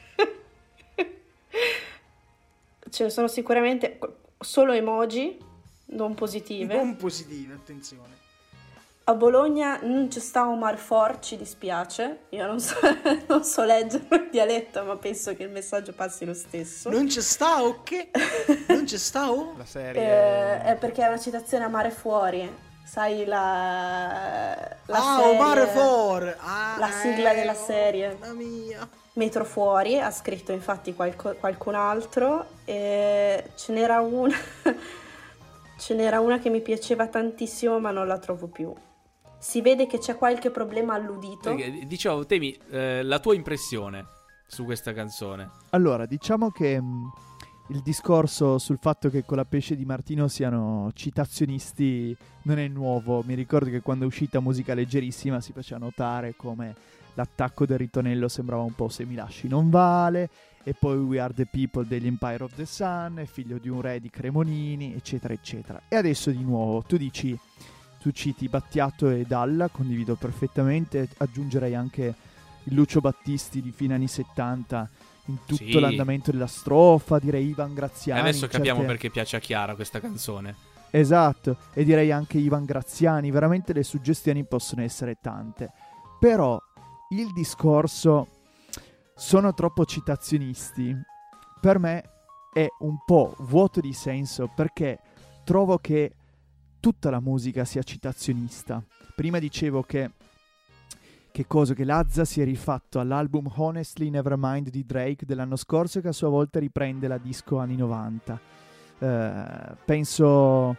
Ce ne sono sicuramente solo emoji non positive. Non positive, attenzione. A Bologna non c'è sta Omar For, ci dispiace. Io non so, non so leggere il dialetto, ma penso che il messaggio passi lo stesso. Non c'è sta o che? Non c'è sta o? La serie... Eh, è perché è una citazione a Mare Fuori. Sai la, la ah, serie, Omar For. Ah, la sigla eh, della serie. Mamma mia. Metro Fuori, ha scritto infatti qualco- qualcun altro. E ce n'era una ce n'era una che mi piaceva tantissimo, ma non la trovo più. Si vede che c'è qualche problema all'udito. Perché, dicevo, Temi, eh, la tua impressione su questa canzone. Allora, diciamo che mh, il discorso sul fatto che Colapesce e Di Martino siano citazionisti non è nuovo. Mi ricordo che quando è uscita Musica leggerissima si faceva notare come l'attacco del ritornello sembrava un po' "se mi lasci non vale", e poi We Are the People degli Empire of the Sun, è figlio di un re di Cremonini, eccetera eccetera. E adesso di nuovo tu dici, tu citi Battiato e Dalla, condivido perfettamente, aggiungerei anche il Lucio Battisti di fine anni settanta in tutto Sì. l'andamento della strofa, direi Ivan Graziani. E adesso in capiamo certe- perché piace a Chiara questa canzone. Esatto, e direi anche Ivan Graziani, veramente le suggestioni possono essere tante. Però il discorso sono troppo citazionisti, per me è un po' vuoto di senso, perché trovo che tutta la musica sia citazionista. Prima dicevo che che cosa che Lazza si è rifatto all'album Honestly Nevermind di Drake dell'anno scorso, che a sua volta riprende la disco anni novanta. Uh, penso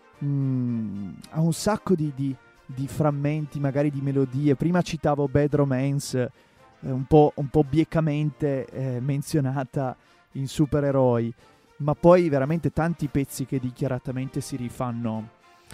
mm, a un sacco di, di, di frammenti, magari di melodie. Prima citavo Bad Romance, eh, un po', un po' biecamente eh, menzionata in Supereroi, ma poi veramente tanti pezzi che dichiaratamente si rifanno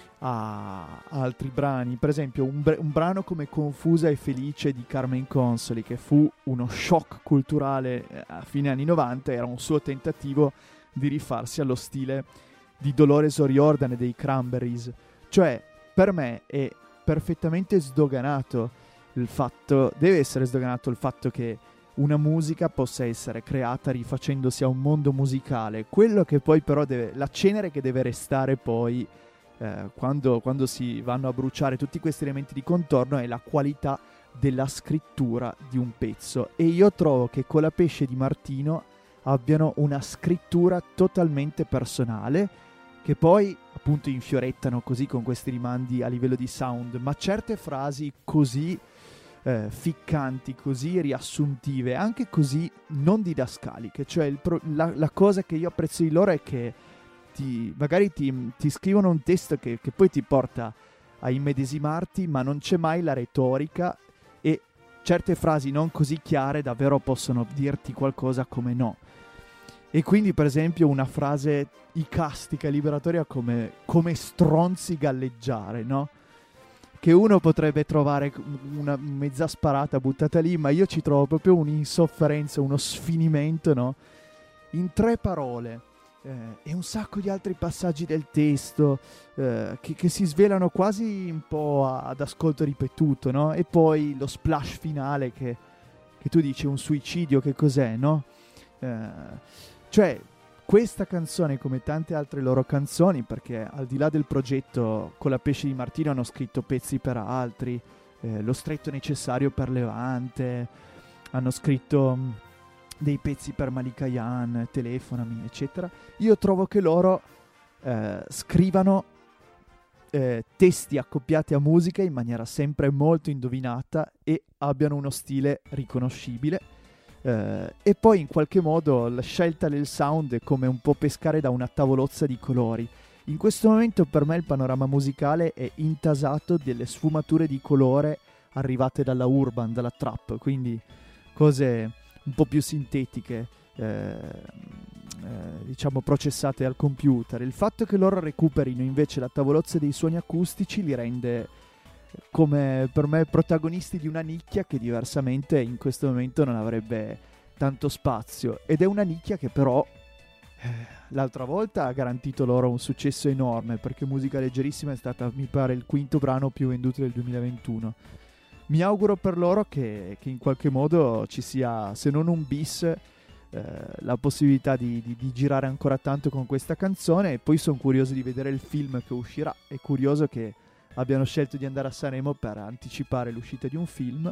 a, a altri brani. Per esempio un, bre- un brano come Confusa e Felice di Carmen Consoli, che fu uno shock culturale eh, a fine anni novanta, era un suo tentativo di rifarsi allo stile di Dolores O'Riordan e dei Cranberries. Cioè, per me è perfettamente sdoganato il fatto, deve essere sdoganato il fatto che una musica possa essere creata rifacendosi a un mondo musicale. Quello che poi però deve, la cenere che deve restare poi eh, quando, quando si vanno a bruciare tutti questi elementi di contorno è la qualità della scrittura di un pezzo. E io trovo che Colapesce di Martino abbiano una scrittura totalmente personale, che poi appunto infiorettano così con questi rimandi a livello di sound, ma certe frasi così eh, ficcanti, così riassuntive, anche così non didascaliche. Cioè il pro- la, la cosa che io apprezzo di loro è che ti, magari ti, ti scrivono un testo che, che poi ti porta a immedesimarti, ma non c'è mai la retorica, e certe frasi non così chiare davvero possono dirti qualcosa come no. E quindi per esempio una frase icastica e liberatoria come, come stronzi galleggiare, no? Che uno potrebbe trovare una mezza sparata buttata lì, ma io ci trovo proprio un'insofferenza, uno sfinimento, no? In tre parole eh, e un sacco di altri passaggi del testo eh, che, che si svelano quasi un po' a, ad ascolto ripetuto, no? E poi lo splash finale che, che tu dici un suicidio, che cos'è, no? Eh, Cioè, questa canzone, come tante altre loro canzoni, perché al di là del progetto Colapesce di Martino hanno scritto pezzi per altri, eh, Lo stretto necessario per Levante, hanno scritto mh, dei pezzi per Malika Yan, Telefonami, eccetera. Io trovo che loro eh, scrivano eh, testi accoppiati a musica in maniera sempre molto indovinata e abbiano uno stile riconoscibile. Uh, e poi in qualche modo la scelta del sound è come un po' pescare da una tavolozza di colori. In questo momento per me il panorama musicale è intasato delle sfumature di colore arrivate dalla urban, dalla trap, quindi cose un po' più sintetiche, eh, eh, diciamo processate al computer. Il fatto che loro recuperino invece la tavolozza dei suoni acustici li rende come per me protagonisti di una nicchia che diversamente in questo momento non avrebbe tanto spazio, ed è una nicchia che però eh, l'altra volta ha garantito loro un successo enorme, perché Musica Leggerissima è stata, mi pare, il quinto brano più venduto del duemilaventuno. Mi auguro per loro che, che in qualche modo ci sia, se non un bis, eh, la possibilità di, di, di girare ancora tanto con questa canzone. E poi sono curioso di vedere il film che uscirà, è curioso che abbiano scelto di andare a Sanremo per anticipare l'uscita di un film,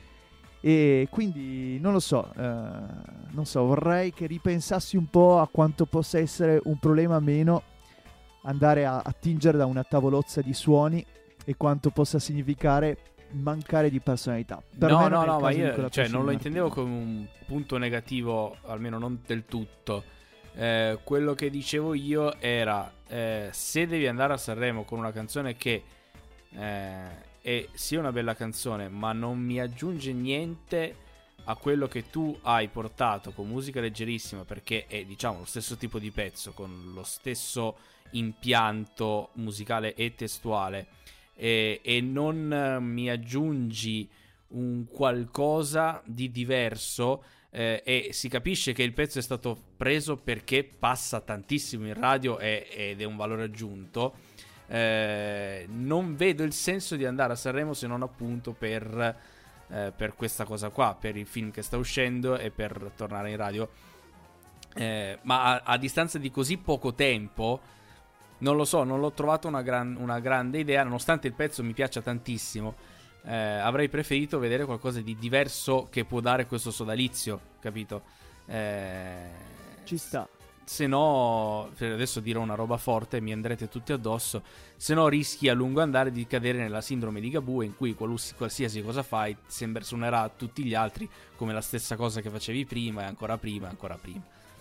e quindi non lo so, eh, non so, vorrei che ripensassi un po' a quanto possa essere un problema meno andare a attingere da una tavolozza di suoni e quanto possa significare mancare di personalità. Per no, me no, non è no, il ma caso di io quella cioè, persona non lo di intendevo Martino. come un punto negativo, almeno non del tutto. Eh, quello che dicevo io era eh, se devi andare a Sanremo con una canzone che eh, è sia una bella canzone ma non mi aggiunge niente a quello che tu hai portato con Musica Leggerissima, perché è, diciamo, lo stesso tipo di pezzo con lo stesso impianto musicale e testuale, e, e non mi aggiungi un qualcosa di diverso, eh, e si capisce che il pezzo è stato preso perché passa tantissimo in radio e, ed è un valore aggiunto, eh, non vedo il senso di andare a Sanremo se non appunto per, eh, per questa cosa qua, per il film che sta uscendo e per tornare in radio. Eh, ma a, a distanza di così poco tempo, non lo so, non l'ho trovato una, gran, una grande idea, nonostante il pezzo mi piaccia tantissimo. Eh, avrei preferito vedere qualcosa di diverso che può dare questo sodalizio, capito? Eh, Ci sta. Se no, adesso dirò una roba forte e mi andrete tutti addosso, se no rischi a lungo andare di cadere nella sindrome di Gabue, in cui qualus- qualsiasi cosa fai sembra, suonerà a tutti gli altri come la stessa cosa che facevi prima e ancora prima e ancora prima.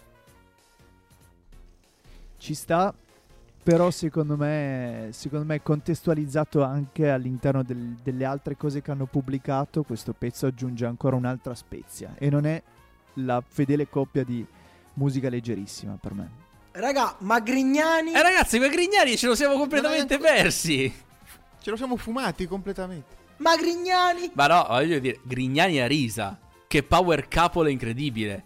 Ci sta, però secondo me, secondo me contestualizzato anche all'interno del- delle altre cose che hanno pubblicato, questo pezzo aggiunge ancora un'altra spezia e non è la fedele coppia di musica leggerissima per me. Raga, ma Grignani... Eh ragazzi, ma Grignani ce lo siamo completamente Non è- persi. Ce lo siamo fumati completamente. Ma Grignani... Ma no, voglio dire, Grignani a risa. Che power couple incredibile.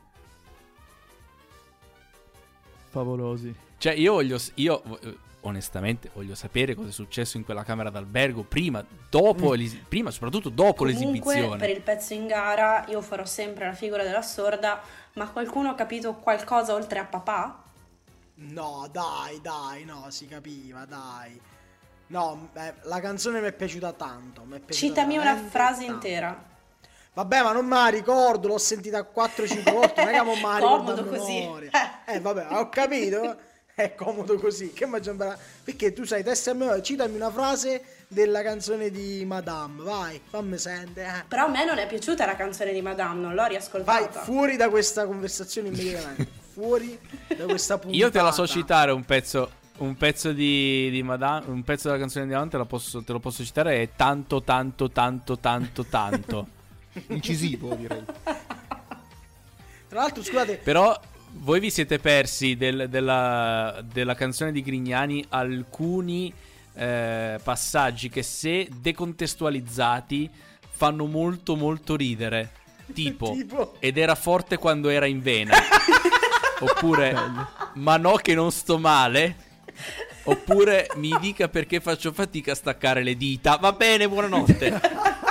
Favolosi. Cioè io voglio, io eh, onestamente voglio sapere cosa è successo in quella camera d'albergo prima, dopo, l'esi- prima soprattutto dopo Comunque, l'esibizione. per il pezzo in gara io farò sempre la figura della sorda, ma qualcuno ha capito qualcosa oltre a papà? No, dai, dai, no, si capiva, dai. No, eh, la canzone mi è piaciuta tanto. Mi è piaciuta Citami una veramente frase tanto. intera. Vabbè, ma non me la ricordo, l'ho sentita quattro cinque volte, non è che non me la ricordo Comodo a così. memoria. Eh, vabbè, ho capito. È comodo così. Che mi sembra... Perché tu sai, testa a me, citami una frase della canzone di Madame. Vai, fammi sentire. Eh. Però a me non è piaciuta la canzone di Madame, non l'ho Vai, riascoltata. fuori da questa conversazione immediatamente. Fuori da questa puntata. Io te la so citare un pezzo, un pezzo di, di Madame, un pezzo della canzone di Madame te, la posso, te lo posso citare, è tanto tanto tanto tanto tanto. Incisivo, direi. Tra l'altro, scusate, Però voi vi siete persi del- della, della canzone di Grignani alcuni eh, passaggi che, se decontestualizzati, fanno molto molto ridere. Tipo, Tipo? ed era forte quando era in vena. Oppure, ma no che non sto male. Oppure, mi dica perché faccio fatica a staccare le dita. Va bene, buonanotte.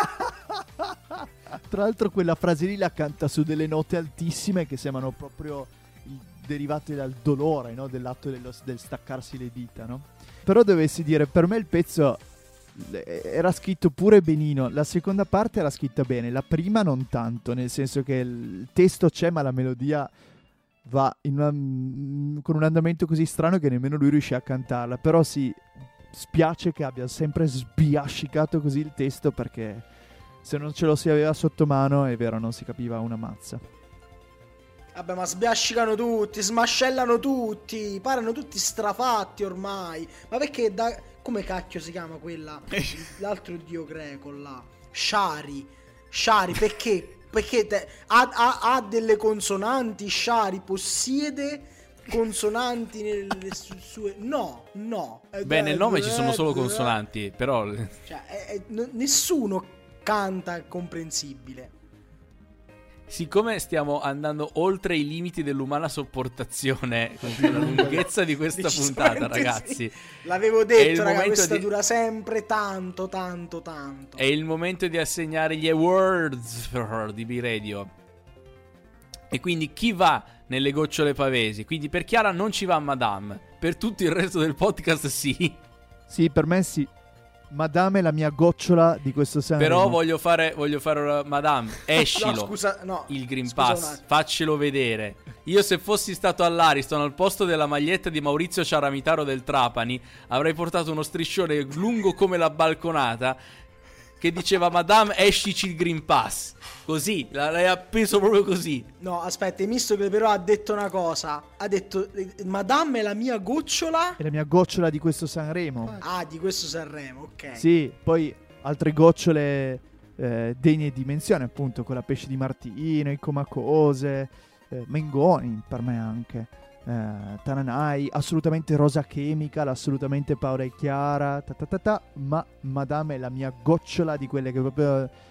Tra l'altro quella frase lì la canta su delle note altissime che sembrano proprio il- derivate dal dolore, no? Dell'atto dello- del staccarsi le dita, no? Però dovessi dire, per me il pezzo eh, era scritto pure benino, la seconda parte era scritta bene, la prima non tanto, nel senso che il testo c'è ma la melodia va in una- mm, con un andamento così strano che nemmeno lui riuscì a cantarla, però sì, spiace che abbia sempre sbiascicato così il testo, perché se non ce lo si aveva sotto mano, è vero, non si capiva una mazza. vabbè, ma sbiascicano tutti, smascellano tutti, parano tutti strafatti ormai. Ma perché da... come cacchio si chiama quella? L'altro dio greco là. Shari. Shari, perché? Perché te- ha, ha- ha delle consonanti, Shari possiede consonanti nelle su- sue... No, no. Beh, nel nome ci sono solo consonanti, però Cioè, è- è- n- nessuno canta comprensibile. siccome stiamo andando oltre i limiti dell'umana sopportazione con la lunghezza di questa puntata, Decisamente ragazzi, sì. L'avevo È il detto, raga, momento questa di- dura sempre tanto, tanto, tanto. è il momento di assegnare gli awards di B-Radio. E quindi chi va nelle gocciole pavesi? Quindi per Chiara non ci va Madame, per tutto il resto del podcast sì. Sì, per me sì. Madame è la mia gocciola di questo Sanremo. Però voglio fare, voglio fare ora, Madame, escilo. No, scusa, no. Il Green Scusa un Pass, attimo. faccelo vedere. Io, se fossi stato all'Ariston al posto della maglietta di Maurizio Ciaramitaro del Trapani, avrei portato uno striscione lungo come la balconata che diceva Madame, escici il Green Pass. Così, l- l'hai appeso proprio così. No, aspetta, Mistocle però ha detto una cosa. Ha detto, eh, Madame è la mia gocciola. È la mia gocciola di questo Sanremo. Ah, di questo Sanremo, ok. Sì, poi altre gocciole eh, degne di menzione, appunto, con la Pesce di Martino, i Comacose, eh, Mengoni, per me anche. Eh, Tananai, assolutamente Rosa Chemical, assolutamente Paola e Chiara, ta ta ta ta, ma Madame è la mia gocciola di quelle che proprio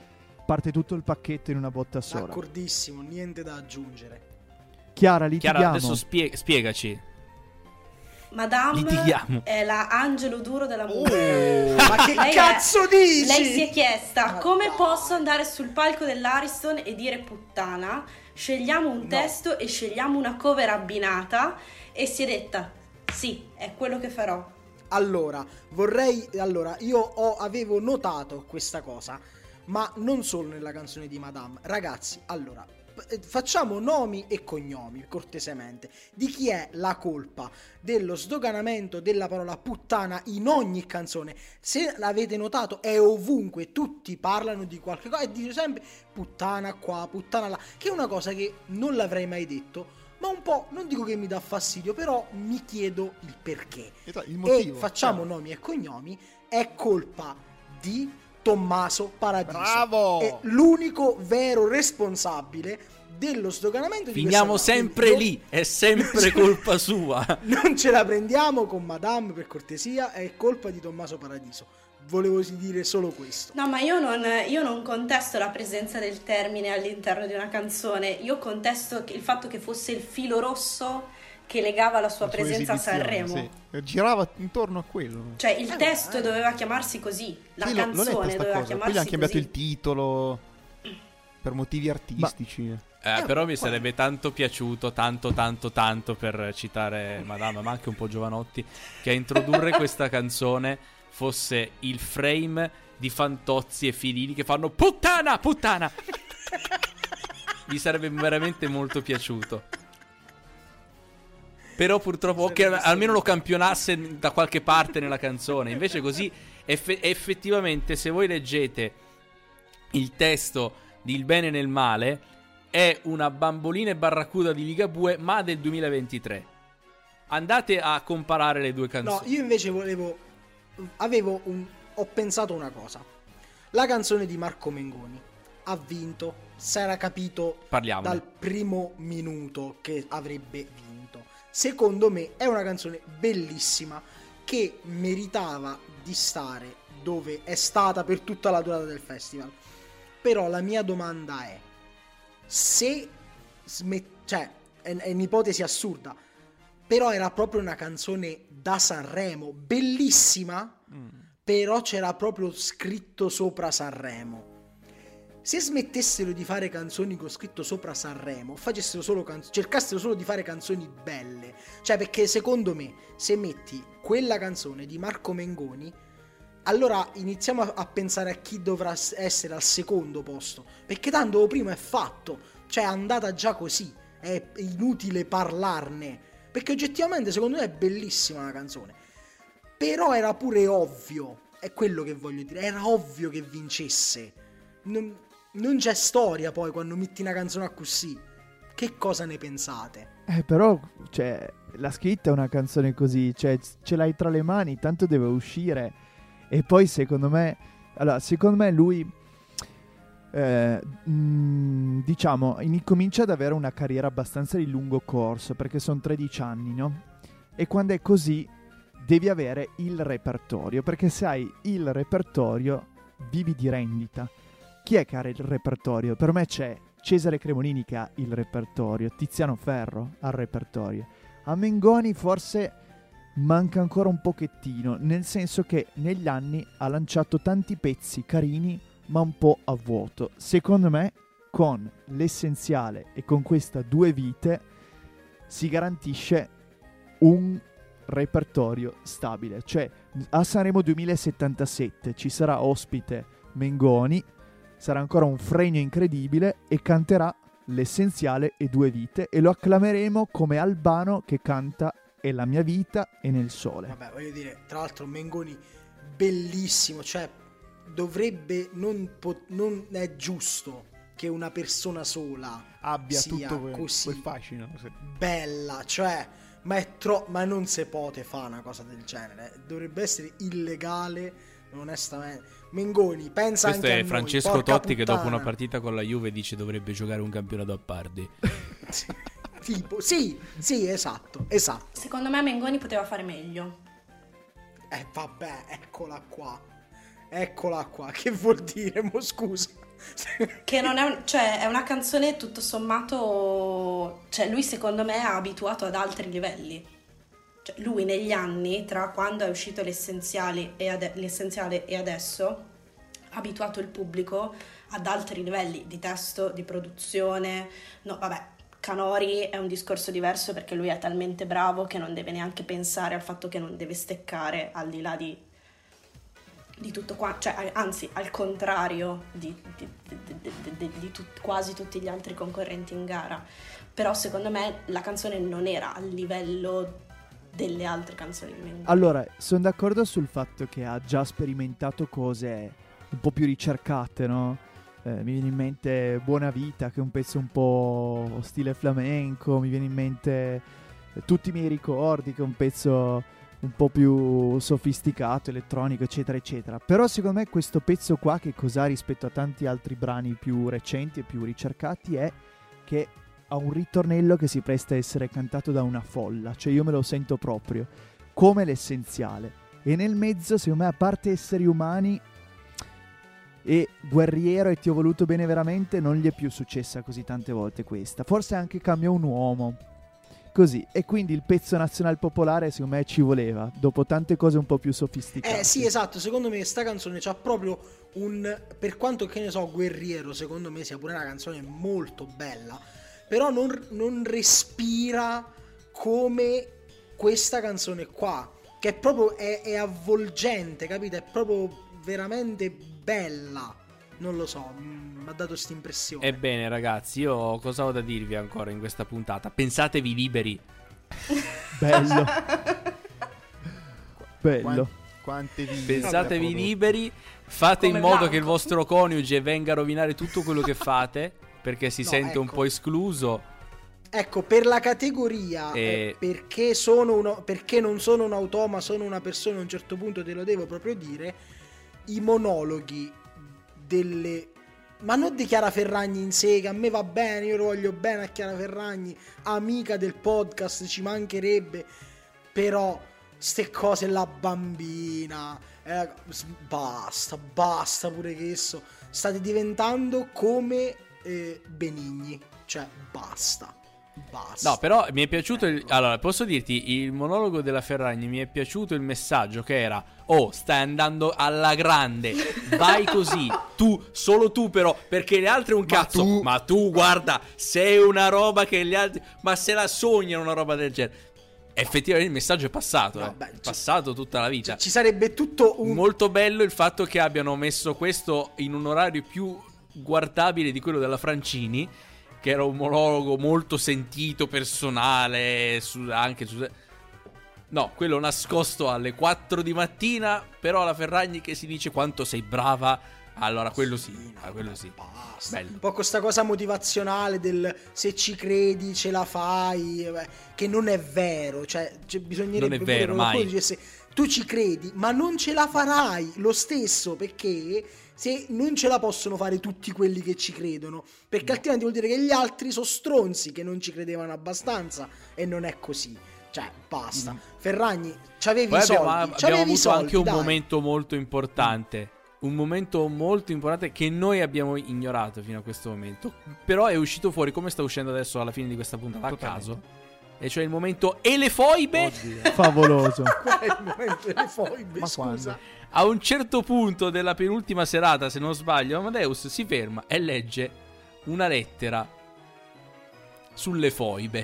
parte tutto il pacchetto in una botta sola. D'accordissimo, niente da aggiungere. Chiara, litighiamo. Chiara, adesso spie- spiegaci. Madame Litighiamo. è la angelo duro della musica. Oh, ma che Lei è- cazzo dici? Lei si è chiesta Ma come dai. posso andare sul palco dell'Ariston e dire puttana, scegliamo un No. testo e scegliamo una cover abbinata, e si è detta sì, è quello che farò. Allora, vorrei... Allora, io ho, avevo notato questa cosa, ma non solo nella canzone di Madame. Ragazzi, allora, p- facciamo nomi e cognomi, cortesemente. Di chi è la colpa dello sdoganamento della parola puttana in ogni canzone? Se l'avete notato, è ovunque. Tutti parlano di qualche cosa e dice sempre puttana qua, puttana là, che è una cosa che non l'avrei mai detto. Ma un po', non dico che mi dà fastidio, però mi chiedo il perché. Il motivo. E facciamo Certo. nomi e cognomi. È colpa di Tommaso Paradiso. Bravo! È l'unico vero responsabile dello sdoganamento di Finiamo questa cosa. sempre Quindi lì, è sempre colpa sua. Non, non ce la prendiamo con Madame, per cortesia, è colpa di Tommaso Paradiso. Volevo dire solo questo. No, ma io non, io non contesto la presenza del termine all'interno di una canzone, io contesto che- il fatto che fosse il filo rosso che legava la sua La sua presenza a esibizione, Sanremo. sì. Girava intorno a quello. Cioè il Eh, testo eh. doveva chiamarsi così, la Sì, l'ho- l'ho letta canzone sta doveva cosa. Poi gli chiamarsi hanno cambiato così. il titolo per motivi artistici. Eh, Eh, però mi guarda. sarebbe tanto piaciuto, tanto tanto tanto, per citare Madame, ma anche un po' Giovanotti, che a introdurre questa canzone fosse il frame di Fantozzi e Filini che fanno puttana, puttana. Mi sarebbe veramente molto piaciuto. Però purtroppo o che almeno lo campionasse da qualche parte nella canzone. Invece così eff- effettivamente, se voi leggete il testo di Il bene nel male, è una bambolina e barracuda di Ligabue, ma del duemilaventitré. Andate a comparare le due No, canzoni. io invece volevo... Avevo un... Ho pensato una cosa. La canzone di Marco Mengoni ha vinto, si era capito Parliamone. dal primo minuto che avrebbe vinto. Secondo me è una canzone bellissima che meritava di stare dove è stata per tutta la durata del festival. Però la mia domanda è: se smet- cioè è, è un'ipotesi assurda, però era proprio una canzone da Sanremo, bellissima, però c'era proprio scritto sopra Sanremo. Se smettessero di fare canzoni con scritto sopra Sanremo, facessero solo canz- cercassero solo di fare canzoni belle, cioè, perché secondo me se metti quella canzone di Marco Mengoni, allora iniziamo a, a pensare a chi dovrà s- essere al secondo posto, perché tanto prima è fatto, cioè è andata già così, è inutile parlarne, perché oggettivamente secondo me è bellissima la canzone, però era pure ovvio, è quello che voglio dire, era ovvio che vincesse. Non, non c'è storia poi quando metti una canzone così. Che cosa ne pensate? Eh, però, cioè, la scritta è una canzone così, cioè, ce l'hai tra le mani, tanto deve uscire. E poi, secondo me, allora, secondo me lui, eh, mh, diciamo, in- comincia ad avere una carriera abbastanza di lungo corso, perché sono tredici anni, no? E quando è così, devi avere il repertorio, perché se hai il repertorio, vivi di rendita. Chi è che ha il repertorio? Per me c'è Cesare Cremonini che ha il repertorio, Tiziano Ferro ha il repertorio. A Mengoni forse manca ancora un pochettino, nel senso che negli anni ha lanciato tanti pezzi carini, ma un po' a vuoto. Secondo me, con l'essenziale e con questa Due Vite si garantisce un repertorio stabile. Cioè, a Sanremo duemilasettantasette ci sarà ospite Mengoni, sarà ancora un fregno incredibile e canterà l'essenziale e Due Vite e lo acclameremo come Albano che canta È la mia vita e Nel sole. Vabbè, voglio dire, tra l'altro Mengoni bellissimo, cioè dovrebbe non, po- non è giusto che una persona sola Abbia sia tutto quel, così quel fascino. Sì. bella, cioè ma è tro- ma non si può fare una cosa del genere, dovrebbe essere illegale, onestamente. Mengoni, pensa Questo anche a è noi, Francesco porca Totti che dopo puttana. una partita con la Juve dice dovrebbe giocare un campionato a parte. Tipo, sì, sì, esatto, esatto. Secondo me Mengoni poteva fare meglio. Eh vabbè, eccola qua. Eccola qua, che vuol dire, mo scusa. Che non è, un- cioè, è una canzone tutto sommato, cioè lui secondo me è abituato ad altri livelli. Cioè, lui negli anni, tra quando è uscito l'essenziale e, ade- l'essenziale e adesso, ha abituato il pubblico ad altri livelli di testo, di produzione. No, vabbè, Canori è un discorso diverso perché lui è talmente bravo che non deve neanche pensare al fatto che non deve steccare al di là di, di tutto qua, cioè anzi al contrario di, di, di, di, di, di, di tut- quasi tutti gli altri concorrenti in gara. Però secondo me la canzone non era a livello delle altre canzoni di Mengoni. Allora, sono d'accordo sul fatto che ha già sperimentato cose un po' più ricercate, no? Eh, mi viene in mente Buona Vita, che è un pezzo un po' stile flamenco, mi viene in mente eh, Tutti i miei ricordi, che è un pezzo un po' più sofisticato, elettronico, eccetera, eccetera. Però secondo me questo pezzo qua, che cos'ha rispetto a tanti altri brani più recenti e più ricercati, è che ha un ritornello che si presta a essere cantato da una folla, cioè io me lo sento proprio come l'essenziale. E nel mezzo, secondo me, a parte esseri umani e guerriero e ti ho voluto bene veramente, non gli è più successa così tante volte questa. Forse anche Cambia un uomo, così. E quindi il pezzo nazionale popolare secondo me ci voleva, dopo tante cose un po' più sofisticate. Eh sì, esatto, secondo me sta canzone c'ha proprio un, per quanto che ne so, Guerriero secondo me sia pure una canzone molto bella, però non, non respira come questa canzone qua, che è proprio è, è avvolgente, capito? È proprio veramente bella. Non lo so, mi ha dato questa impressione. Ebbene ragazzi, io cosa ho da dirvi ancora in questa puntata? Pensatevi liberi. Bello. Bello. Quan- quante vite. Pensatevi liberi. Fate Come in modo Blanco. che il vostro coniuge venga a rovinare tutto quello che fate, perché si No, sente un ecco. po' escluso. Ecco, per la categoria E- eh, perché, sono uno, perché non sono un automa, sono una persona, a un certo punto te lo devo proprio dire, i monologhi delle... ma non di Chiara Ferragni in sé, che a me va bene, io lo voglio bene a Chiara Ferragni, amica del podcast, ci mancherebbe, però ste cose, la bambina, eh, s- basta, basta pure che esso, state diventando come eh, Benigni, cioè basta. Basta. No, però mi è piaciuto il... Ecco. Allora, posso dirti, il monologo della Ferragni mi è piaciuto il messaggio che era: oh, stai andando alla grande, vai così, tu, solo tu però, perché le altre un Ma cazzo. tu- Ma tu, guarda, sei una roba che gli altri... Ma se la sognano una roba del genere. Effettivamente il messaggio è passato, No, eh. beh, È ci- passato tutta la vita. Cioè, ci sarebbe tutto un... Molto bello il fatto che abbiano messo questo in un orario più guardabile di quello della Francini, che era un monologo molto sentito, personale, su, anche su... No, quello nascosto alle quattro di mattina, però la Ferragni che si dice quanto sei brava, allora quello sì, no, ah, quello sì. Basta. Bello. Un po' questa cosa motivazionale del se ci credi ce la fai, eh, che non è vero, cioè, cioè bisognerebbe Non è pure vero, che qualcuno mai. dicesse tu ci credi, ma non ce la farai lo stesso, perché se non ce la possono fare tutti quelli che ci credono, perché altrimenti vuol dire che gli altri sono stronzi che non ci credevano abbastanza, e non è così. Cioè, basta. Ferragni, c'avevi Poi i abbiamo, soldi, abbiamo c'avevi avuto i soldi, anche un dai. momento molto importante. Un momento molto importante che noi abbiamo ignorato fino a questo momento. Però è uscito fuori, come sta uscendo adesso alla fine di questa puntata, a caso. E cioè il momento e le foibe. Oddio. Favoloso. Qual è il momento delle foibe, Ma scusa? quando? A un certo punto della penultima serata, se non sbaglio, Amadeus si ferma e legge una lettera sulle foibe.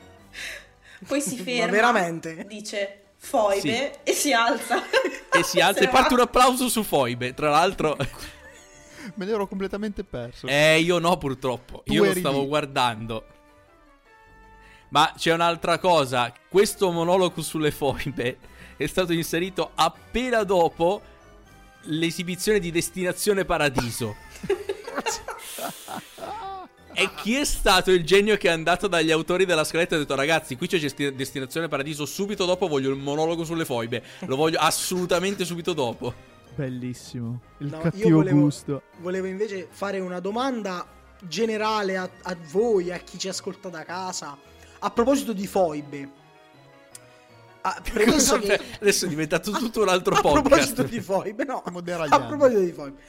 Poi si ferma, Ma veramente? dice foibe e si alza. E si alza Se e ne parte va. un applauso su foibe. Tra l'altro, Me ne ero completamente perso. eh, io no, purtroppo. Tu Io lo eri stavo lì. guardando. Ma c'è un'altra cosa. Questo monologo sulle foibe è stato inserito appena dopo l'esibizione di Destinazione Paradiso. E chi è stato il genio che è andato dagli autori della scaletta e ha detto: ragazzi, qui c'è Gesti- Destinazione Paradiso, subito dopo voglio il monologo sulle foibe. Lo voglio assolutamente subito dopo. Bellissimo. Il No, io cattivo volevo- gusto. Volevo invece fare una domanda generale a, a voi, a chi ci ascolta da casa, a proposito di foibe. Ah, premesso che... Adesso è diventato tutto un altro a podcast. proposito di foibe, no, Stiamo a deragliando. proposito di foibe,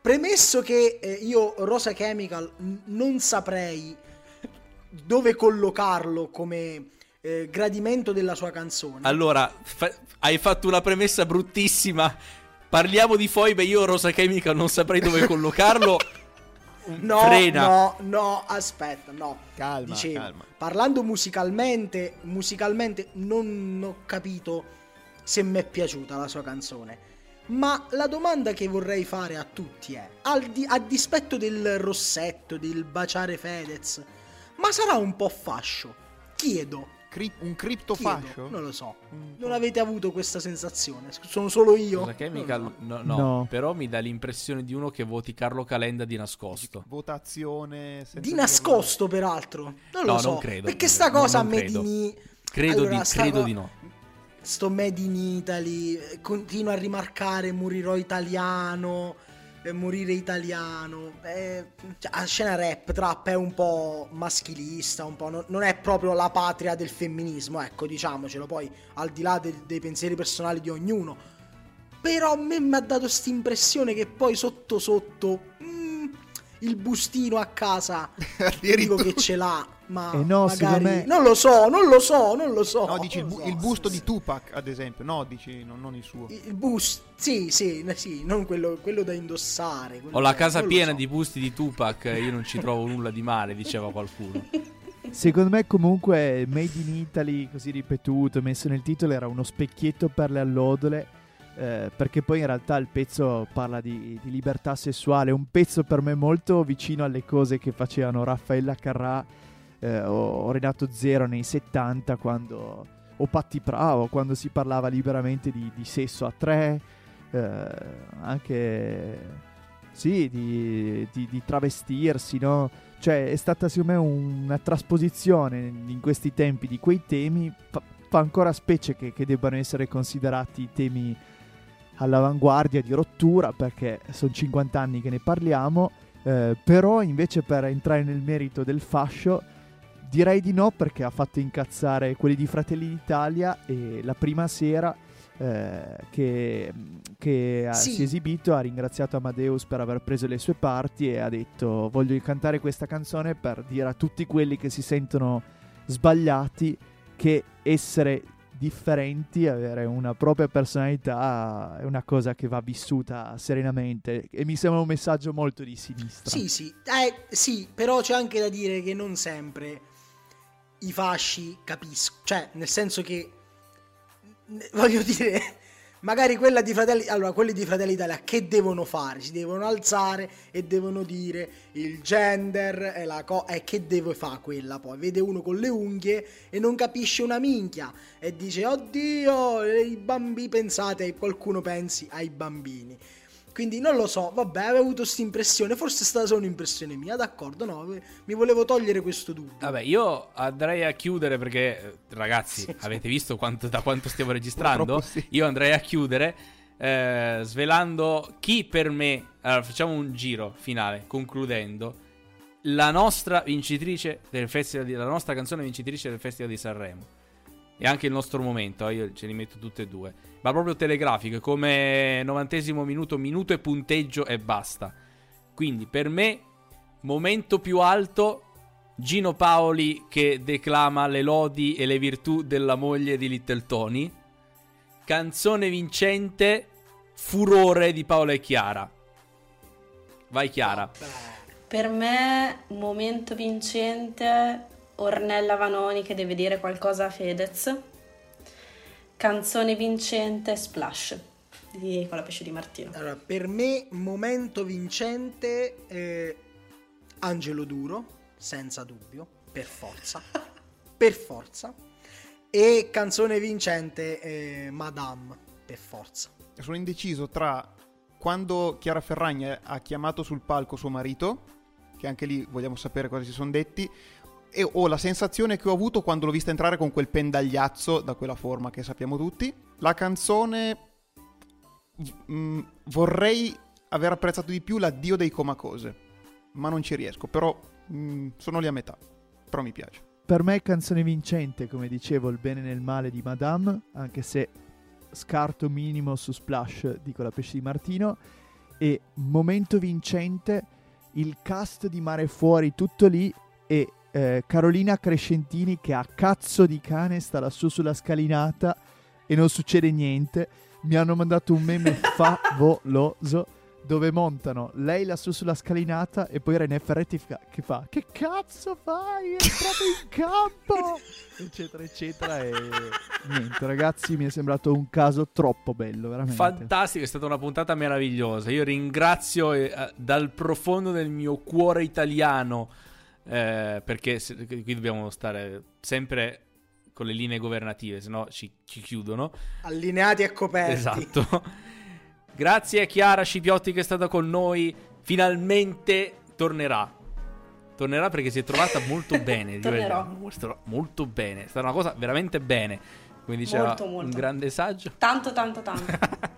premesso che eh, io Rosa Chemical n- non saprei dove collocarlo come eh, gradimento della sua canzone. Allora, fa- hai fatto una premessa bruttissima. Parliamo di foibe, io Rosa Chemical non saprei dove collocarlo. No, Frena. no, no, aspetta, no. Calma, Dicevo, calma. parlando musicalmente, musicalmente non ho capito se mi è piaciuta la sua canzone. Ma la domanda che vorrei fare a tutti è, al di- a dispetto del rossetto, del baciare Fedez, ma sarà un po' fascio? Chiedo. Cri- un criptofascio? Chiedo, non lo so. Un Non po'. avete avuto questa sensazione? Sono solo io? Rosa Chemical, Non lo so. no, no, No. però mi dà l'impressione di uno che voti Carlo Calenda di nascosto. Votazione senza Di dirlo. nascosto, peraltro. Non No, lo so. non credo. Perché sta No, cosa non Made credo. in Credo, Allora, di, sta credo co- di no. Sto Made in Italy, eh, continua a rimarcare morirò italiano, eh, morire italiano. Eh, cioè, la scena rap, trap è un po' maschilista, un po' non, non è proprio la patria del femminismo, ecco, diciamocelo, poi al di là de- dei pensieri personali di ognuno. Però a me mi ha dato sta impressione che poi sotto sotto mm, il bustino a casa non dico Addirittura. che ce l'ha, ma Eh no, magari secondo me- non lo so, non lo so, non lo so. No, dici il, non bu- lo so, il busto sì, di sì. Tupac, ad esempio. No, dici no, non il suo. Il bus, sì, sì, sì, non quello, quello da indossare. quello Ho la da- casa non lo piena so. di busti di Tupac, io non ci trovo nulla di male, diceva qualcuno. Secondo me comunque Made in Italy, così ripetuto, messo nel titolo, era uno specchietto per le allodole, eh, perché poi in realtà il pezzo parla di, di libertà sessuale, un pezzo per me molto vicino alle cose che facevano Raffaella Carrà eh, o, o Renato Zero nei settanta, quando, o Patti Bravo, quando si parlava liberamente di, di sesso a tre, eh, anche sì, di, di, di travestirsi, no? Cioè è stata secondo me una trasposizione in questi tempi di quei temi, fa, fa ancora specie che, che debbano essere considerati temi all'avanguardia di rottura, perché sono cinquanta anni che ne parliamo, eh, però invece per entrare nel merito del fascio direi di no, perché ha fatto incazzare quelli di Fratelli d'Italia e la prima sera eh, che, che ha- Sì. si è esibito ha ringraziato Amadeus per aver preso le sue parti e ha detto voglio cantare questa canzone per dire a tutti quelli che si sentono sbagliati che essere differenti, avere una propria personalità è una cosa che va vissuta serenamente, e mi sembra un messaggio molto di sinistra. Sì, sì, eh, sì, però c'è anche da dire che non sempre i fasci capisco, cioè nel senso che n- voglio dire, magari quella di Fratelli, allora quelli di Fratelli d'Italia che devono fare? Si devono alzare e devono dire il gender è la cosa, e che deve fare quella poi? Vede uno con le unghie e non capisce una minchia e dice oddio, i bambini, pensate, qualcuno pensi ai bambini. Quindi non lo so, vabbè, avevo avuto questa impressione, forse è stata solo un'impressione mia, d'accordo, no, mi volevo togliere questo dubbio. Vabbè, io andrei a chiudere perché, eh, ragazzi, Sì, sì. avete visto quanto- da quanto stiamo registrando? Purtroppo sì. Io andrei a chiudere eh, svelando chi per me... Allora, facciamo un giro finale, concludendo. La nostra vincitrice del festival di, la nostra canzone vincitrice del Festival di Sanremo. E anche il nostro momento, eh, io ce li metto tutte e due. Ma proprio telegrafico, come novantesimo minuto, minuto e punteggio e basta. Quindi per me, momento più alto, Gino Paoli che declama le lodi e le virtù della moglie di Little Tony. Canzone vincente, furore di Paola e Chiara. Vai Chiara. Per me, momento vincente, Ornella Vanoni che deve dire qualcosa a Fedez. Canzone vincente, Splash di Nicola Pesce di Martino. Allora, per me momento vincente eh, Angelo Duro, senza dubbio, per forza, per forza. E canzone vincente eh, Madame, per forza. Sono indeciso tra quando Chiara Ferragni ha chiamato sul palco suo marito, che anche lì vogliamo sapere cosa si sono detti, e ho la sensazione che ho avuto quando l'ho vista entrare con quel pendagliazzo da quella forma che sappiamo tutti. La canzone v- mh, vorrei aver apprezzato di più l'addio dei Comacose, ma non ci riesco, però mh, sono lì a metà, però mi piace. Per me canzone vincente, come dicevo, il bene nel male di Madame, anche se scarto minimo su Splash di Nicola Pesce di Martino. e momento vincente, il cast di Mare Fuori tutto lì e eh, Carolina Crescentini che a cazzo di cane sta lassù sulla scalinata e non succede niente. Mi hanno mandato un meme favoloso dove montano lei lassù sulla scalinata e poi René Ferretti fa- che fa che cazzo fai? È entrato in campo! Eccetera eccetera e niente ragazzi, mi è sembrato un caso troppo bello, veramente. Fantastico, è stata una puntata meravigliosa. Io ringrazio eh, dal profondo del mio cuore italiano eh, perché se, qui dobbiamo stare sempre con le linee governative, se no ci, ci chiudono. Allineati e coperti. Esatto. Grazie a Chiara Scipiotti che è stata con noi. Finalmente tornerà. Tornerà perché si è trovata molto bene. Tornerò. Molto, molto bene. È stata una cosa veramente bene. Come diceva Molto, molto. un grande saggio. Tanto, tanto, tanto.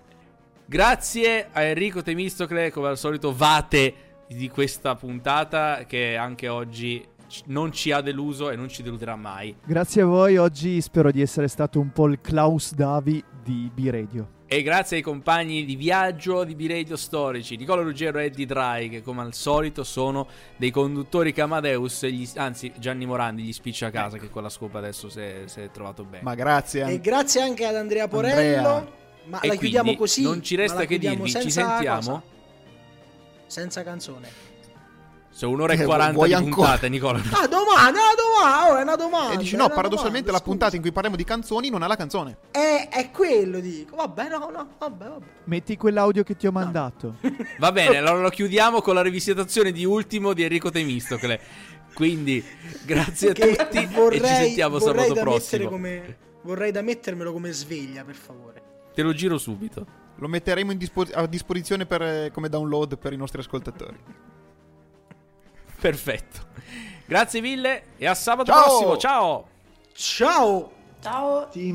Grazie a Enrico Temistocle, come al solito vate di questa puntata, che anche oggi non ci ha deluso e non ci deluderà mai. Grazie a voi, oggi spero di essere stato un po' il Klaus Davi di B-Radio. E grazie ai compagni di viaggio di B-Radio storici, Nicola Ruggero e Eddie Dry, che come al solito sono dei conduttori che Amadeus, gli, anzi Gianni Morandi gli spiccia a casa, che con la scopa adesso si è, si è trovato bene. Ma grazie. E grazie anche ad Andrea Porello. Andrea. Ma E la chiudiamo quindi così. non ci resta ma la che chiudiamo dirvi, ci senza sentiamo? cosa? Senza canzone. Sono un'ora e Eh, quaranta vuoi di ancora? puntate, Nicola. Ah, domani, è una domanda, oh, è una domanda. E dici è no, una paradossalmente domanda, la puntata scusa. in cui parliamo di canzoni non ha la canzone. È, è quello, dico. Vabbè, no, no, vabbè, vabbè. Metti quell'audio che ti ho mandato. Va bene, allora lo chiudiamo con la rivisitazione di Ultimo di Enrico Temistocle. Quindi, grazie a Che tutti vorrei, e ci sentiamo vorrei sabato da prossimo. mettere Come, vorrei da mettermelo come sveglia, per favore. Te lo giro subito. Lo metteremo in dispo- a disposizione per, eh, come download per i nostri ascoltatori. Perfetto. Grazie mille e a sabato Ciao! prossimo. Ciao! Ciao! Ciao. Ti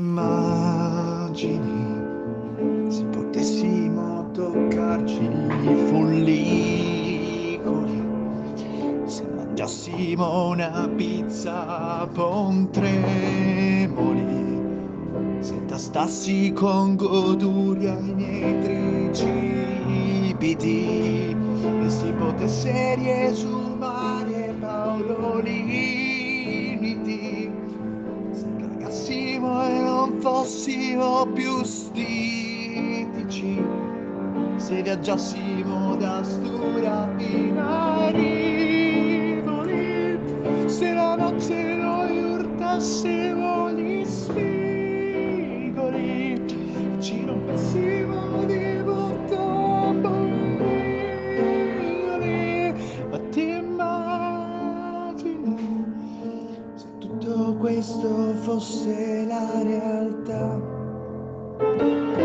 immagini se potessimo toccarci i follicoli, se mangiassimo una pizza a Pontremoli, se tastassi con goduria i miei tricipiti e si potesse riesumare Paolo Limiti, se cagassimo e non fossimo più stitici, se viaggiassimo da Stura fino a Rivoli, se la notte noi urtassimo gli spigoli, ci rompessimo di botto bambini. Ma ti immagini se tutto questo fosse la realtà?